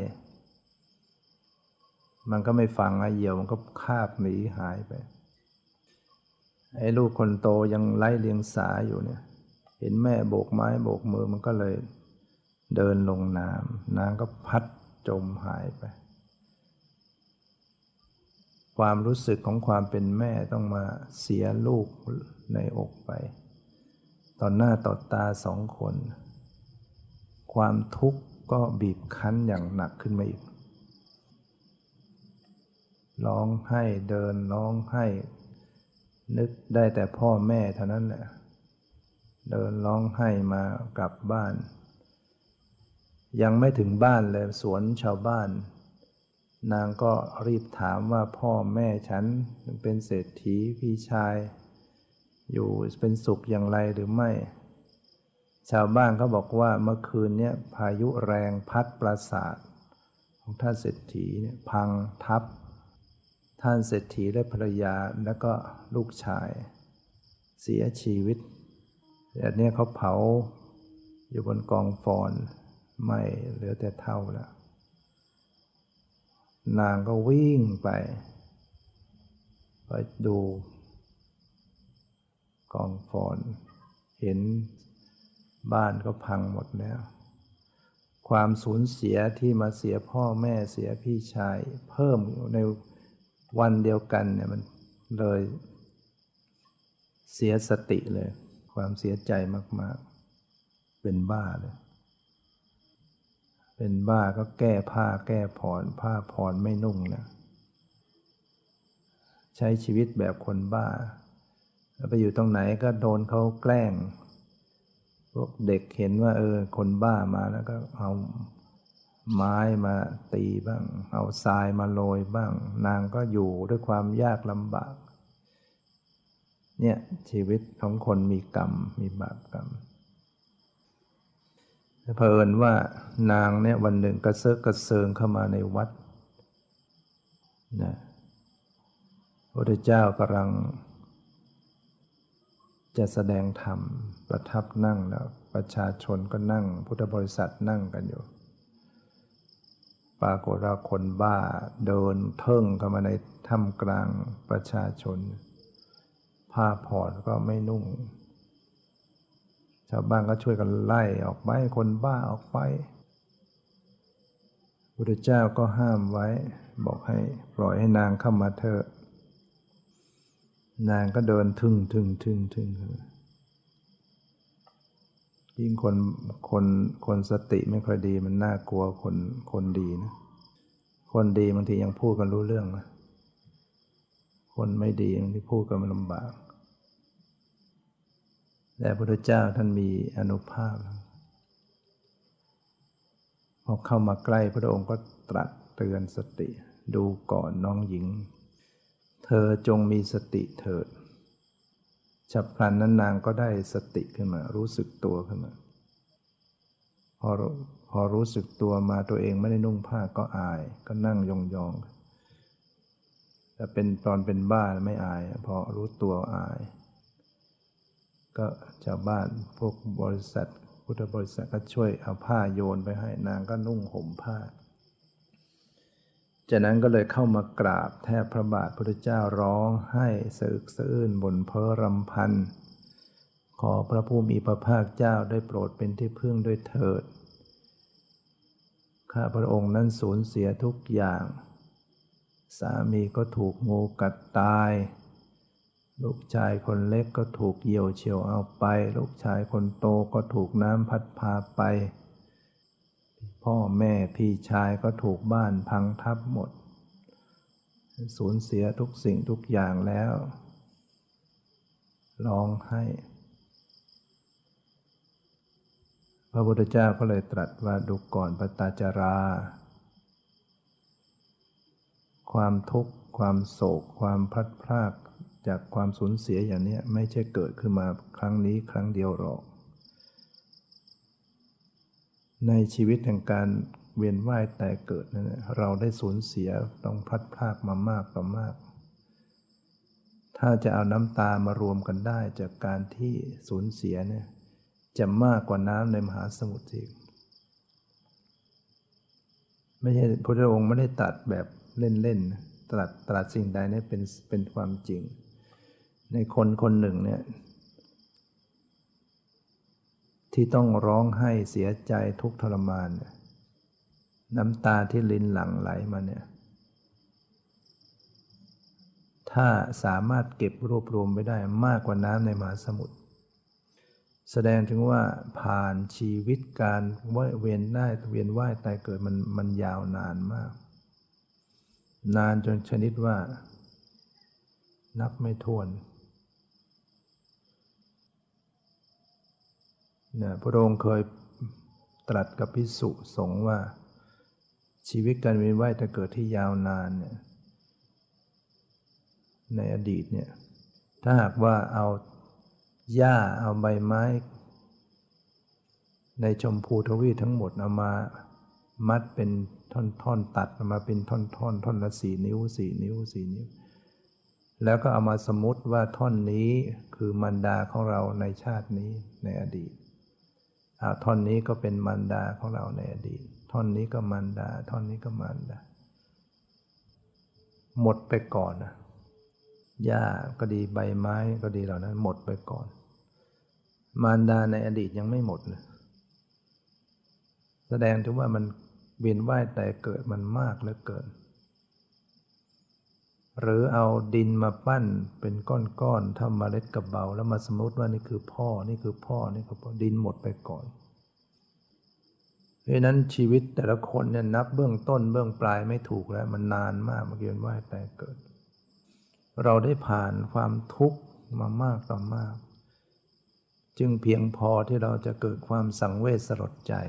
มันก็ไม่ฟังไอ้เหยี่ยวมันก็คาบหนีหายไปไอ้ลูกคนโตยังไล่เลียงสาอยู่เนี่ยเห็นแม่โบกไม้โบกมือมันก็เลยเดินลงน้ำนางก็พัดจมหายไปความรู้สึกของความเป็นแม่ต้องมาเสียลูกในอกไปต่อหน้าต่อตาสองคนความทุกข์ก็บีบคั้นอย่างหนักขึ้นมาอีกร้องไห้เดินร้องไห้นึกได้แต่พ่อแม่เท่านั้นแหละเดินร้องไห้มากลับบ้านยังไม่ถึงบ้านเลยสวนชาวบ้านนางก็รีบถามว่าพ่อแม่ฉันเป็นเศรษฐีพี่ชายอยู่เป็นสุขอย่างไรหรือไม่ชาวบ้านเขาบอกว่าเมื่อคืนนี้พายุแรงพัดปราสาทของท่านเศรษฐีเนี่ยพังทับท่านเศรษฐีและภรรยาแล้วก็ลูกชายเสียชีวิตแต่เนี่ยเขาเผาอยู่บนกองฟอนไหม้เหลือแต่เท่าแล้วนางก็วิ่งไปไปดูกองฟอนเห็นบ้านก็พังหมดแล้วความสูญเสียที่มาเสียพ่อแม่เสียพี่ชายเพิ่มอยู่ในวันเดียวกันเนี่ยมันเลยเสียสติเลยความเสียใจมากๆเป็นบ้าเลยเป็นบ้าก็แก้ผ้าแก้ผ่อนผ้าผ่อนไม่นุ่งนะใช้ชีวิตแบบคนบ้าไปอยู่ตรงไหนก็โดนเขาแกล้งพวกเด็กเห็นว่าเออคนบ้ามาแล้วก็เอาไม้มาตีบ้างเอาทรายมาโรยบ้างนางก็อยู่ด้วยความยากลำบากเนี่ยชีวิตของคนมีกรรมมีบาปกรรมเผอิญว่านางเนี่ยวันหนึ่งกระเซาะกระเซิงเข้ามาในวัดนะพระพุทธเจ้ากำลังจะแสดงธรรมประทับนั่งแล้วประชาชนก็นั่งพุทธบริษัทนั่งกันอยู่ปรากฏว่าคนบ้าเดินเทิ่งเข้ามาในท่ามกลางประชาชนผ้าผ่อนก็ไม่นุ่งชาวบ้านก็ช่วยกันไล่ออกไปคนบ้าออกไปพุทธเจ้าก็ห้ามไว้บอกให้ปล่อยให้นางเข้ามาเถอะนางก็เดินทึ่งทึ่งทึ่งทึ่งยิ่งคนคนคนสติไม่ค่อยดีมันน่ากลัวคนคนดีนะคนดีบางทียังพูดกันรู้เรื่องนะคนไม่ดีบางทีพูดกันมันลำบากแต่พระพุทธเจ้าท่านมีอานุภาพพอเข้ามาใกล้พระองค์ก็ตรัสเตือนสติดูก่อนน้องหญิงเธอจงมีสติเถิดฉับพลันนั้นนางก็ได้สติขึ้นมารู้สึกตัวขึ้นมาพอพอรู้สึกตัวมาตัวเองไม่ได้นุ่งผ้าก็อายก็นั่งยองๆแต่เป็นตอนเป็นบ้าไม่อายพอรู้ตัวอายก็ชาวบ้านพวกบริษัทพุทธบริษัทก็ช่วยเอาผ้าโยนไปให้นางก็นุ่งห่มผ้าจากนั้นก็เลยเข้ามากราบแทบพระบาทพุทธเจ้าร้องไห้สะอึกสะอื้นบ่นเพ้อรำพันขอพระผู้มีพระภาคเจ้าได้โปรดเป็นที่พึ่งด้วยเถิดข้าพระองค์นั้นสูญเสียทุกอย่างสามีก็ถูกงูกัดตายลูกชายคนเล็กก็ถูกเหยี่ยวเฉี่ยวเอาไปลูกชายคนโตก็ถูกน้ำพัดพาไปพ่อแม่พี่ชายก็ถูกบ้านพังทับหมดสูญเสียทุกสิ่งทุกอย่างแล้วร้องไห้พระพุทธเจ้าก็เลยตรัสว่าดูก่อนปตาจาราความทุกข์ความโศกความพลัดพรากจากความสูญเสียอย่างนี้ไม่ใช่เกิดขึ้นมาครั้งนี้ครั้งเดียวหรอกในชีวิตแห่งการเวียนว่ายตายเกิดนั้นเราได้สูญเสียต้องพลัดพรากมามากต่อมากถ้าจะเอาน้ำตามารวมกันได้จากการที่สูญเสียเนี่ยจะมากกว่าน้ำในมหาสมุทรอีกไม่ใช่พระองค์ไม่ได้ตรัสแบบเล่นๆตรัสตรัสสิ่งใดเนี่ยเป็นเป็นความจริงในคนคนหนึ่งเนี่ยที่ต้องร้องไห้เสียใจทุกข์ทรมานน้ำตาที่ลิ้นหลั่งไหลมาเนี่ยถ้าสามารถเก็บรวบรวมไว้ได้มากกว่าน้ำในมหาสมุทรแสดงถึงว่าผ่านชีวิตการเวียนได้เวียนว่ายตายเกิดมันมันยาวนานมากนานจนชนิดว่านับไม่ถ้วนเนี่ยพระองค์เคยตรัสกับภิกษุสงฆ์ว่าชีวิตการเวียนว่ายตายเกิดที่ยาวนานเนี่ยในอดีตเนี่ยถ้าหากว่าเอาหญ้าเอาใบไม้ในชมพูทวีปทั้งหมดเอามามัดเป็นท่อนๆตัดออกมาเป็นท่อนๆ ท่อนละสี่นิ้วสี่นิ้วสี่นิ้วแล้วก็เอามาสมมุติว่าท่อนนี้คือมารดาของเราในชาตินี้ในอดีตอ่าท่อนนี้ก็เป็นมารดาของเราในอดีตท่อนนี้ก็มารดาท่อนนี้ก็มารดาหมดไปก่อนนะหญ้าก็ดีใบไม้ก็ดีเหล่านั้นหมดไปก่อนมารดาในอดีตยังไม่หมดเลยแสดงถึงว่ามันเวียนว่ายแต่เกิดมันมากเหลือเกินหรือเอาดินมาปั้นเป็นก้อนๆถ้าเมล็ดกระเบาแล้วมาสมมติว่านี่คือพ่อนี่คือพ่อนี่คือพ่อดินหมดไปก่อนเพราะนั้นชีวิตแต่ละคนเนี่ยนับเบื้องต้นเบื้องปลายไม่ถูกแล้วมันนานมากมาเวียนว่ายแต่เกิดเราได้ผ่านความทุกข์มามากต่อมากจึงเพียงพอที่เราจะเกิดความสังเวชสลดใจ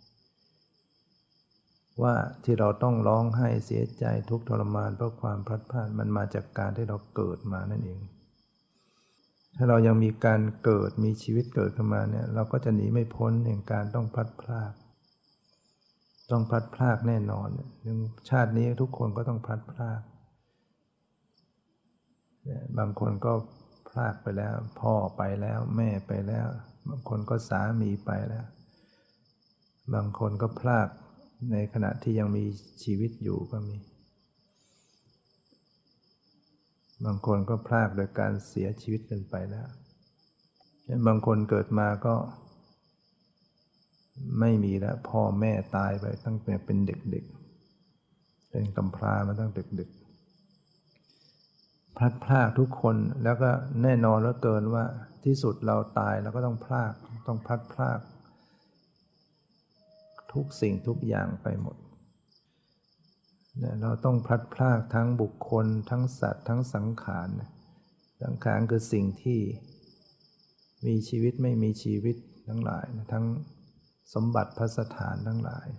ว่าที่เราต้องร้องไห้เสียใจทุกข์ทรมานเพราะความพลัดพรากมันมาจากการที่เราเกิดมานั่นเองถ้าเรายังมีการเกิดมีชีวิตเกิดขึ้นมาเนี่ยเราก็จะหนีไม่พ้นแห่งการต้องพลัดพรากต้องพลัดพรากแน่นอนชาตินี้ทุกคนก็ต้องพลัดพรากบางคนก็พรากไปแล้วพ่อไปแล้วแม่ไปแล้วบางคนก็สามีไปแล้วบางคนก็พรากในขณะที่ยังมีชีวิตอยู่ก็มีบางคนก็พรากโดยการเสียชีวิตกันไปแล้วบางคนเกิดมาก็ไม่มีแล้วพ่อแม่ตายไปตั้งแต่เป็นเด็กๆเป็นกำพร้ามาตั้งแต่เด็กพลัดพรากทุกคนแล้วก็แน่นอนเหลือเกินว่าที่สุดเราตายเราก็ต้องพรากต้องพลัดพรากทุกสิ่งทุกอย่างไปหมดเราต้องพลัดพรากทั้งบุคคลทั้งสัตว์ทั้งสังขารสังขารคือสิ่งที่มีชีวิตไม่มีชีวิตทั้งหลายทั้งสมบัติพัสถานทั้งหลาย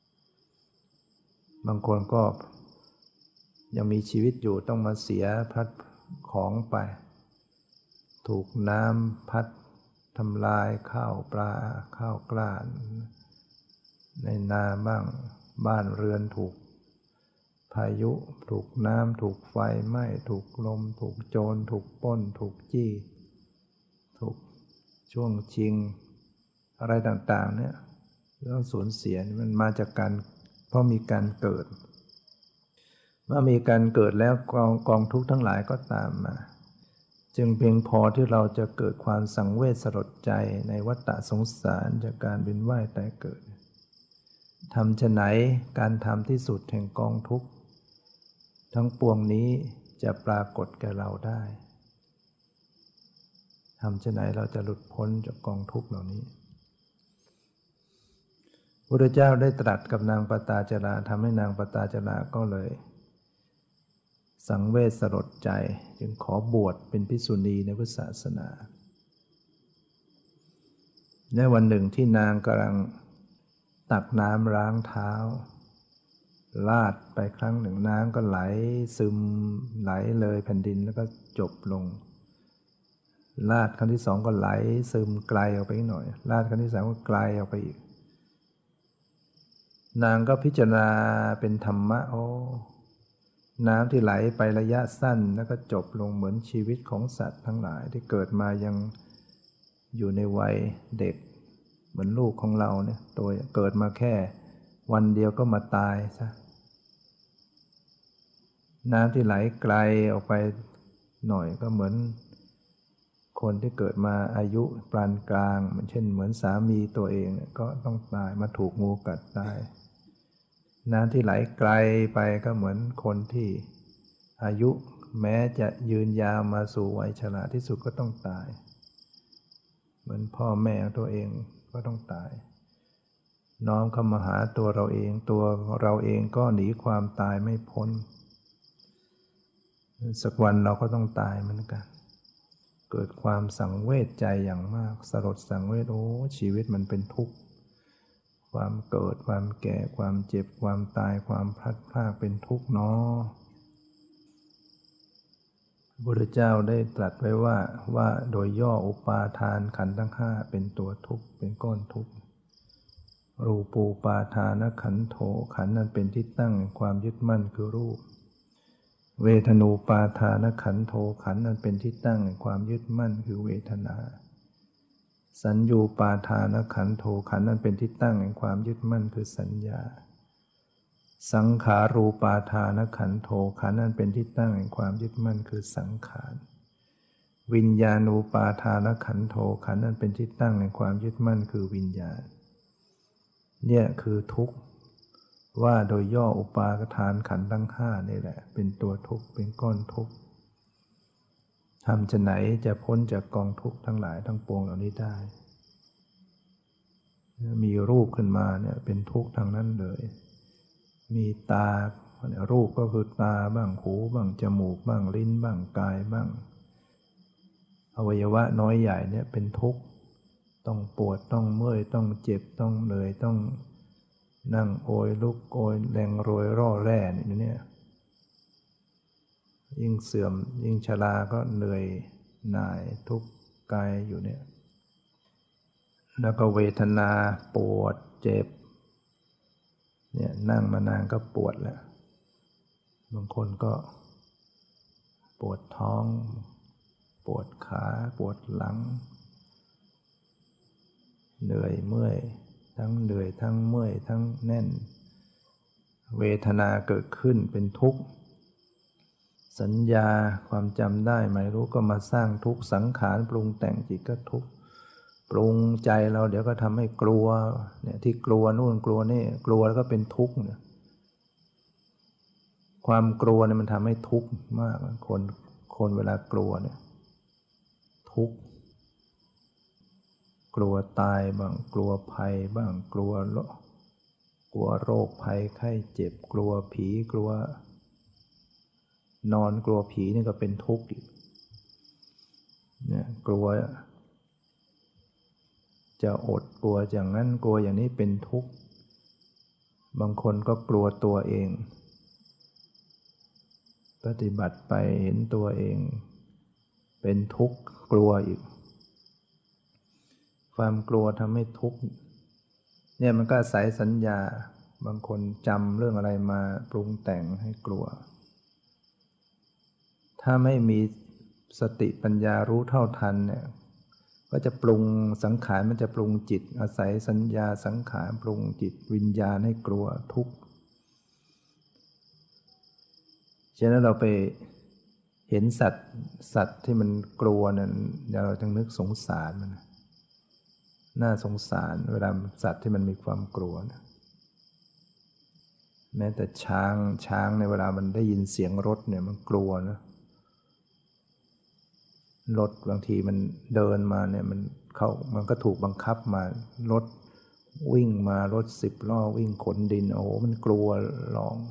บางคนก็ยังมีชีวิตอยู่ต้องมาเสียพลัดของไปถูกน้ำพัดทำลายข้าวปลาข้าวกล้าในนาบ้างบ้านเรือนถูกพายุถูกน้ำถูกไฟไหม้ถูกลมถูกโจรถูกปล้นถูกจี้ถูกช่วงชิงอะไรต่างๆเนี่ยต้องสูญเสียมันมาจากการเพราะมีการเกิดเมื่อมีการเกิดแล้วกองกองทุกข์ทั้งหลายก็ตามมาจึงเพียงพอที่เราจะเกิดความสังเวชสลดใจในวัฏฏะสงสารจากการเวียนว่ายตายเกิดทำฉะไหนการทำที่สุดแห่งกองทุกข์ทั้งปวงนี้จะปรากฏแก่เราได้ทำฉะไหนเราจะหลุดพ้นจากกองทุกข์เหล่านี้พระพุทธเจ้าได้ตรัสกับนางปตาจาราทำให้นางปตาจาราก็เลยสังเวชสลดใจจึงขอบวชเป็นภิกษุณีในพุทธศาสนาในวันหนึ่งที่นางกำลังตักน้ำล้างเท้าลาดไปครั้งหนึ่งน้ำก็ไหลซึมไหลเลยแผ่นดินแล้วก็จบลงลาดครั้งที่สองก็ไหลซึมไกลออกไปอีกหน่อยลาดครั้งที่สามก็ไกลออกไปอีกนางก็พิจารณาเป็นธรรมะโอ้น้ำที่ไหลไประยะสั้นแล้วก็จบลงเหมือนชีวิตของสัตว์ทั้งหลายที่เกิดมายังอยู่ในวัยเด็กเหมือนลูกของเราเนี่ยตัวเกิดมาแค่วันเดียวก็มาตายซะน้ำที่ไหลไกลออกไปหน่อยก็เหมือนคนที่เกิดมาอายุปานกลางเหมือนเช่นเหมือนสามีตัวเองเนี่ยก็ต้องตายมาถูกงูกัดตายน้ำที่ไหลไกลไปก็เหมือนคนที่อายุแม้จะยืนยาวมาสู่วัยชราที่สุดก็ต้องตายเหมือนพ่อแม่ตัวเองก็ต้องตายน้อมเข้ามาหาตัวเราเองตัวเราเองก็หนีความตายไม่พ้นสักวันเราก็ต้องตายเหมือนกันเกิดความสังเวชใจอย่างมากสลดสังเวชโอ้ชีวิตมันเป็นทุกข์ความเกิดความแก่ความเจ็บความตายความพลัดพรากเป็นทุกข์เนาะพระพุทธเจ้าได้ตรัสไว้ว่าว่าโดยย่ออุปาทานขันธ์ทั้งห้าเป็นตัวทุกข์เป็นก้อนทุกข์รูปูปาทานขันโธขันธ์นั้นเป็นที่ตั้งแห่งความยึดมั่นคือรูปเวทนูปาทานขันโธขันธ์นั้นเป็นที่ตั้งแห่งความยึดมั่นคือเวทนาสัญญูปาทานขันโธขันธ์นั้นเป็นที่ตั้งแห่งความยึดมั่นคือสัญญาสังขารูปาทานขันโธขันธ์นั้นเป็นที่ตั้งแห่งความยึดมั่นคือสังขารวิญญาณูปาทานขันโธขันธ์นั้นเป็นที่ตั้งแห่งความยึดมั่นคือวิญญาณเนี่ยคือทุกข์ว่าโดยย่ออุปาทานขันธ์ทั้งห้านี่แหละเป็นตัวทุกข์เป็นก้อนทุกข์ทำจะไหนจะพ้นจากกองทุกข์ทั้งหลายทั้งปวงเหล่านี้ได้มีรูปขึ้นมาเนี่ยเป็นทุกข์ทางนั้นเลยมีตารูปก็คือตาบ้างหูบ้างจมูกบ้างลิ้นบ้างกายบ้างอวัยวะน้อยใหญ่เนี่ยเป็นทุกข์ต้องปวดต้องเมื่อยต้องเจ็บต้องเหนื่อยต้องนั่งโอยลุกโอยแรงโรยร่อแร่นี่เนี่ยยิ่งเสื่อมยิ่งชราก็เหนื่อยหน่ายทุกข์กายอยู่เนี่ยแล้วก็เวทนาปวดเจ็บเนี่ยนั่งมานานก็ปวดแล้วบางคนก็ปวดท้องปวดขาปวดหลังเหนื่อยเมื่อยทั้งเหนื่อยทั้งเมื่อยทั้งแน่นเวทนาเกิดขึ้นเป็นทุกข์สัญญาความจำได้หมายรู้ก็มาสร้างทุกข์สังขารปรุงแต่งจิตก็ทุกข์ปรุงใจเราเดี๋ยวก็ทำให้กลัวเนี่ยที่กลัวนู่นกลัวนี่กลัวแล้วก็เป็นทุกข์เนี่ยความกลัวเนี่ยมันทำให้ทุกข์มากคนคนเวลากลัวเนี่ยทุกข์กลัวตายบ้างกลัวภัยบ้างกลัวกลัวโรคภัยไข้เจ็บกลัวผีกลัวนอนกลัวผีนี่ก็เป็นทุกข์อีกเนี่ยกลัวจะอดกลัวอย่างนั้นกลัวอย่างนี้เป็นทุกข์บางคนก็กลัวตัวเองปฏิบัติไปเห็นตัวเองเป็นทุกข์กลัวอีกความกลัวทำให้ทุกข์เนี่ยมันก็อาศัยสัญญาบางคนจำเรื่องอะไรมาปรุงแต่งให้กลัวถ้าไม่มีสติปัญญารู้เท่าทันเนี่ยก็จะปรุงสังขารมันจะปรุงจิตอาศัยสัญญาสังขารปรุงจิตวิญญาณให้กลัวทุกข์ฉะนั้นเราไปเห็นสัตว์สัตว์ที่มันกลัวนั้นเราจึงนึกสงสารมันน่าสงสารเวลาสัตว์ที่มันมีความกลัวนะแม้แต่ช้างช้างในเวลามันได้ยินเสียงรถเนี่ยมันกลัวนะรถบางทีมันเดินมาเนี่ยมันเขามันก็ถูกบังคับมารถวิ่งมารถสิบล้อวิ่งขนดินโอ้โหมันกลัวร้อง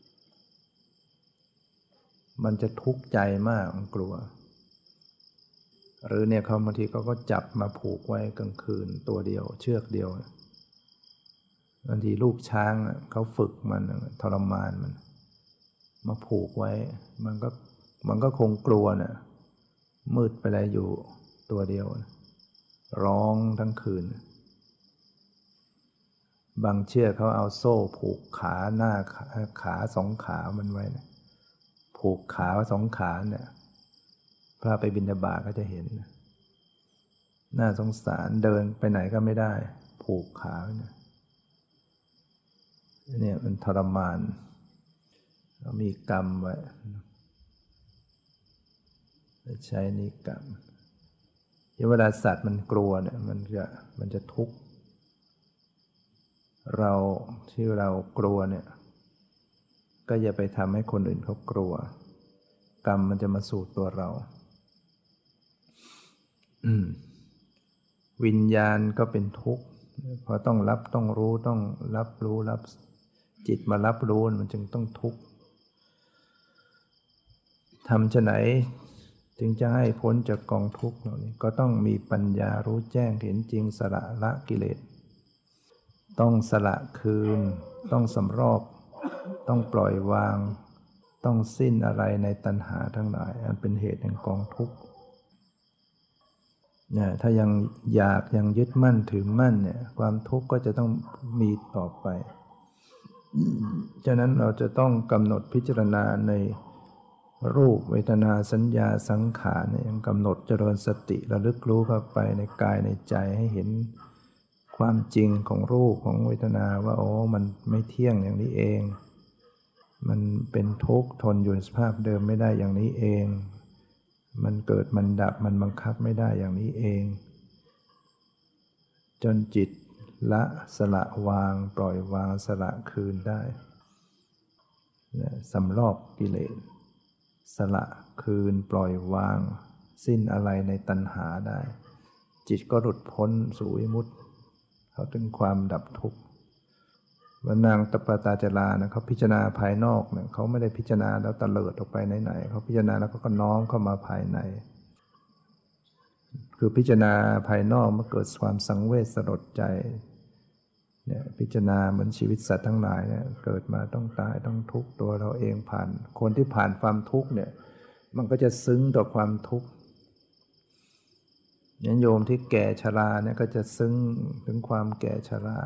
มันจะทุกข์ใจมากมันกลัวหรือเนี่ยเขาบางทีเขาก็จับมาผูกไว้กลางคืนตัวเดียวเชือกเดียวบางทีลูกช้างเขาฝึกมันทรมานมันมาผูกไว้มันก็มันก็คงกลัวน่ะมืดไปเลยอยู่ตัวเดียวร้องทั้งคืนบางเชือกเขาเอาโซ่ผูกขาหน้าขาขาสองขามันไว้นะผูกขาสองขาเนี่ยพระไปบิณฑบาตก็จะเห็นน่าสงสารเดินไปไหนก็ไม่ได้ผูกขาเนี่ยเนี่ยมันทรมานมีกรรมไว้ใช้นิกรรมเวลาสัตว์มันกลัวเนี่ยมันจะมันจะทุกข์เราที่เรากลัวเนี่ยก็อย่าไปทำให้คนอื่นเขากลัวกรรมมันจะมาสู่ตัวเราวิญญาณก็เป็นทุกข์เพราะต้องรับต้องรู้ต้องรับรู้รับจิตมารับรู้มันจึงต้องทุกข์ทำฉะไหนจึงจะให้พ้นจากกองทุกข์เหล่านี้ก็ต้องมีปัญญารู้แจ้งเห็นจริงสละละกิเลสต้องสละคืนต้องสำรอกต้องปล่อยวางต้องสิ้นอะไรในตัณหาทั้งหลายอันเป็นเหตุแห่งกองทุกข์เนี่ยถ้ายังอยากยังยึดมั่นถือมั่นเนี่ยความทุกข์ก็จะต้องมีต่อไปฉะนั้นเราจะต้องกำหนดพิจารณาในรูปเวทนาสัญญาสังขารเนี่ยยังกำหนดเจริญสติระลึกรู้เข้าไปในกายในใจให้เห็นความจริงของรูปของเวทนาว่าโอ้มันไม่เที่ยงอย่างนี้เองมันเป็นทุกข์ทนอยู่ในสภาพเดิมไม่ได้อย่างนี้เองมันเกิดมันดับมันบังคับไม่ได้อย่างนี้เองจนจิตละสละวางปล่อยวางสละคืนได้สำรอกกิเลสสละคืนปล่อยวางสิ้นอะไรในตัณหาได้จิตก็หลุดพ้นสู่วิมุตติเขาถึงความดับทุกข์วันนางตปตาจารานะเขาพิจารณาภายนอกเนี่ยเขาไม่ได้พิจารณาแล้วตะเลิดออกไปไหนๆเขาพิจารณาแล้วก็น้อมเข้ามาภายในคือพิจารณาภายนอกเมื่อเกิดความสังเวชสลดใจเนี่ยพิจารณาเหมือนชีวิตสัตว์ทั้งหลายเนี่ยเกิดมาต้องตายต้องทุกข์ตัวเราเองผ่านคนที่ผ่านความทุกข์เนี่ยมันก็จะซึ้งต่อความทุกข์โยมที่แก่ชราเนี่ยก็จะซึ้งถึงความแก่ชรา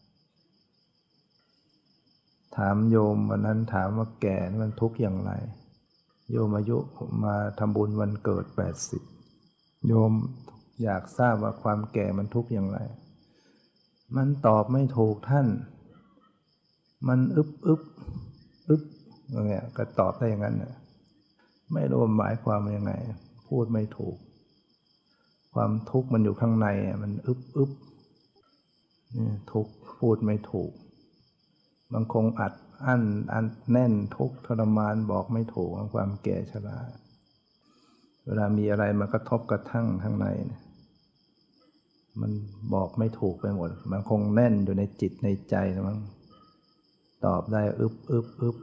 ถามโยมวันนั้นถามว่าแก่มันทุกข์อย่างไรโยมอายุมาทำบุญวันเกิดแปดสิบโยมอยากทราบว่าความแก่มันทุกข์อย่างไรมันตอบไม่ถูกท่านมันอึบอึบอึบอย่างเงี้ยก็ตอบได้อย่างนั้นน่ะไม่รู้หมายความว่ายังไงพูดไม่ถูกความทุกข์มันอยู่ข้างในมันอึบอึบนี่ทุกข์พูดไม่ถูกบางคงอัดอั้นอันแน่นทุกข์ทรมานบอกไม่ถูกความแก่ชราเวลามีอะไรมากระทบกระทั่งข้างในมันบอกไม่ถูกไปหมดมันคงแน่นอยู่ในจิตในใจนะมั้งตอบได้อึบอึบอึบ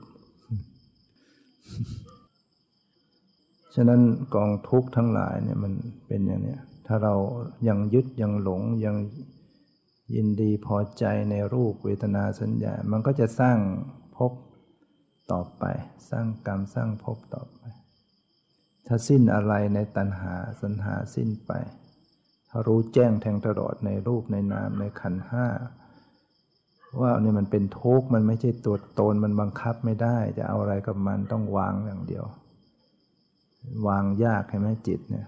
ฉะนั้นกองทุกข์ทั้งหลายเนี่ยมันเป็นอย่างนี้ถ้าเรายังยึดยังหลงยังยินดีพอใจในรูปเวทนาสัญญามันก็จะสร้างภพต่อไปสร้างกรรมสร้างภพต่อไปถ้าสิ้นอะไรในตัณหาสัญหาสิ้นไปถ้ารู้แจ้งแทงตลอดในรูปในนามในขันธ์ห้าว่าเนี่ยมันเป็นทุกข์มันไม่ใช่ตัวตนมันบังคับไม่ได้จะเอาอะไรกับมันต้องวางอย่างเดียววางยากใช่ไหมจิตเนี่ย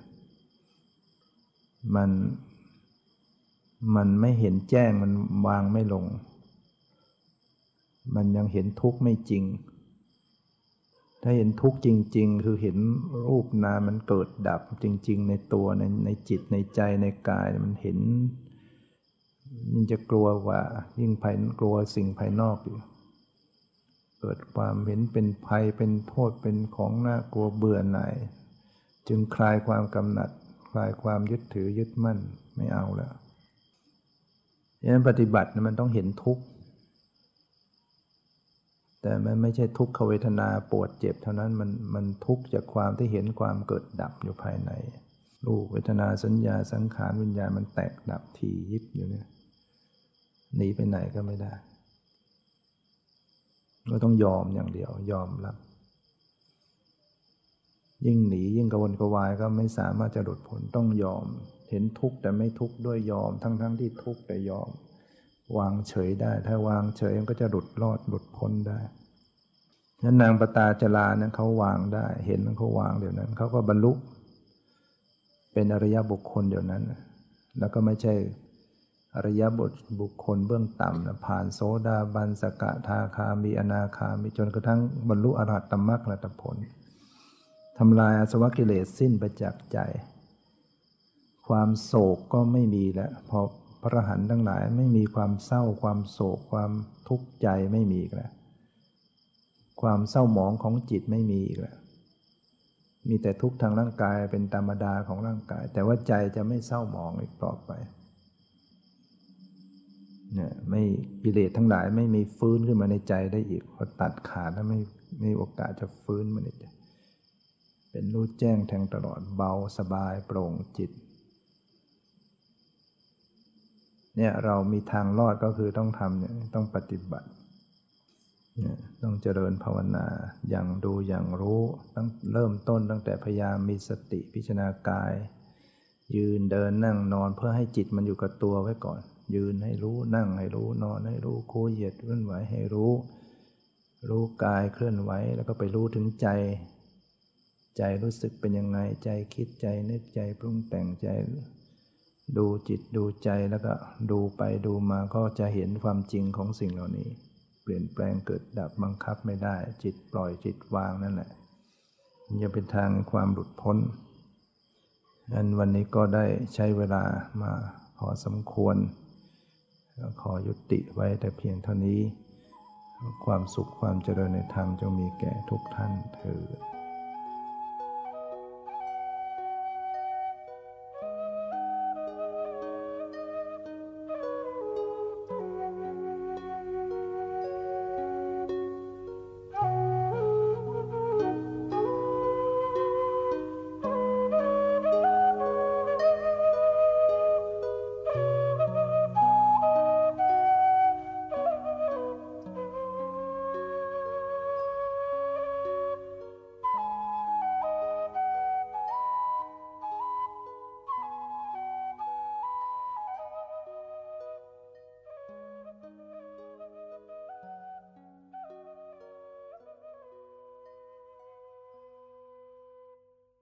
มันมันไม่เห็นแจ้งมันวางไม่ลงมันยังเห็นทุกข์ไม่จริงถ้าเห็นทุกข์จริงๆคือเห็นรูปนามมันเกิดดับจริงๆในตัวในในจิตในใจในกายมันเห็นยิ่งจะกลัวว่ายิ่งภายกลัวสิ่งภายนอกอยู่เกิดความเห็นเป็นภัยเป็นโทษเป็นของน่ากลัวเบื่อหน่ายจึงคลายความกำหนัดคลายความยึดถือยึดมั่นไม่เอาแล้วดังนั้นปฏิบัติมันต้องเห็นทุกข์แต่มันไม่ใช่ทุกขเวทนาปวดเจ็บเท่านั้นมันมันทุกข์จากความที่เห็นความเกิดดับอยู่ภายในรูปเวทนาสัญญาสังขารวิญญาณมันแตกดับถี่ยิบอยู่เนี่ยหนีไปไหนก็ไม่ได้ก็ต้องยอมอย่างเดียวยอมรับยิ่งหนียิ่งกระวนกระวายก็ไม่สามารถจะหลุดพ้นต้องยอมเห็นทุกข์แต่ไม่ทุกข์ด้วยยอมทั้งๆที่ทุกข์แต่ยอมวางเฉยได้ถ้าวางเฉยมันก็จะหลุดรอดหลุดพ้นได้ฉะนั้นนางปตาจารานั้นเขาวางได้เห็นเขาวางเดี๋ยวนั้นเขาก็บรรลุเป็นอริยบุคคลเดี๋ยวนั้นแล้วก็ไม่ใช่อริยบุคคลเบื้องต่ำนะผ่านโสดาบันสกทาคามีอนาคามีจนกระทั่งบรรลุอรหัตตมรรคอรหัตผลทำลายอาสวะกิเลสสิ้นไปจากใจความโศกก็ไม่มีแล้วพอพระอรหันต์ทั้งหลายไม่มีความเศร้าความโศกความทุกข์ใจไม่มีอีกแล้วความเศร้าหมองของจิตไม่มีอีกแล้วมีแต่ทุกข์ทางร่างกายเป็นธรรมดาของร่างกายแต่ว่าใจจะไม่เศร้าหมองอีกต่อไปเนี่ยไม่กิเลสทั้งหลายไม่มีฟื้นขึ้นมาในใจได้อีกพอตัดขาดแล้วไม่ไม่มีโอกาสจะฟื้นมาในใจเป็นรู้แจ้งแทงตลอดเบาสบายโปร่งจิตเนี่ยเรามีทางรอดก็คือต้องทำเนี่ยต้องปฏิบัติเนี่ยต้องเจริญภาวนาอย่างดูอย่างรู้ตั้งเริ่มต้นตั้งแต่พยายามมีสติพิจารณากายยืนเดินนั่งนอนเพื่อให้จิตมันอยู่กับตัวไว้ก่อนยืนให้รู้นั่งให้รู้นอนให้รู้คู่เหยียดเคลื่อนไหวให้รู้รู้กายเคลื่อนไหวแล้วก็ไปรู้ถึงใจใจรู้สึกเป็นยังไงใจคิดใจนึกใจปรุงแต่งใจดูจิตดูใจแล้วก็ดูไปดูมาก็จะเห็นความจริงของสิ่งเหล่านี้เปลี่ยนแปลงเกิดดับบังคับไม่ได้จิตปล่อยจิตวางนั่นแหละจะเป็นทางความหลุดพ้นอันวันนี้ก็ได้ใช้เวลามาพอสมควรขอยุติไว้แต่เพียงเท่านี้ความสุขความเจริญในธรรมจงมีแก่ทุกท่านเถิด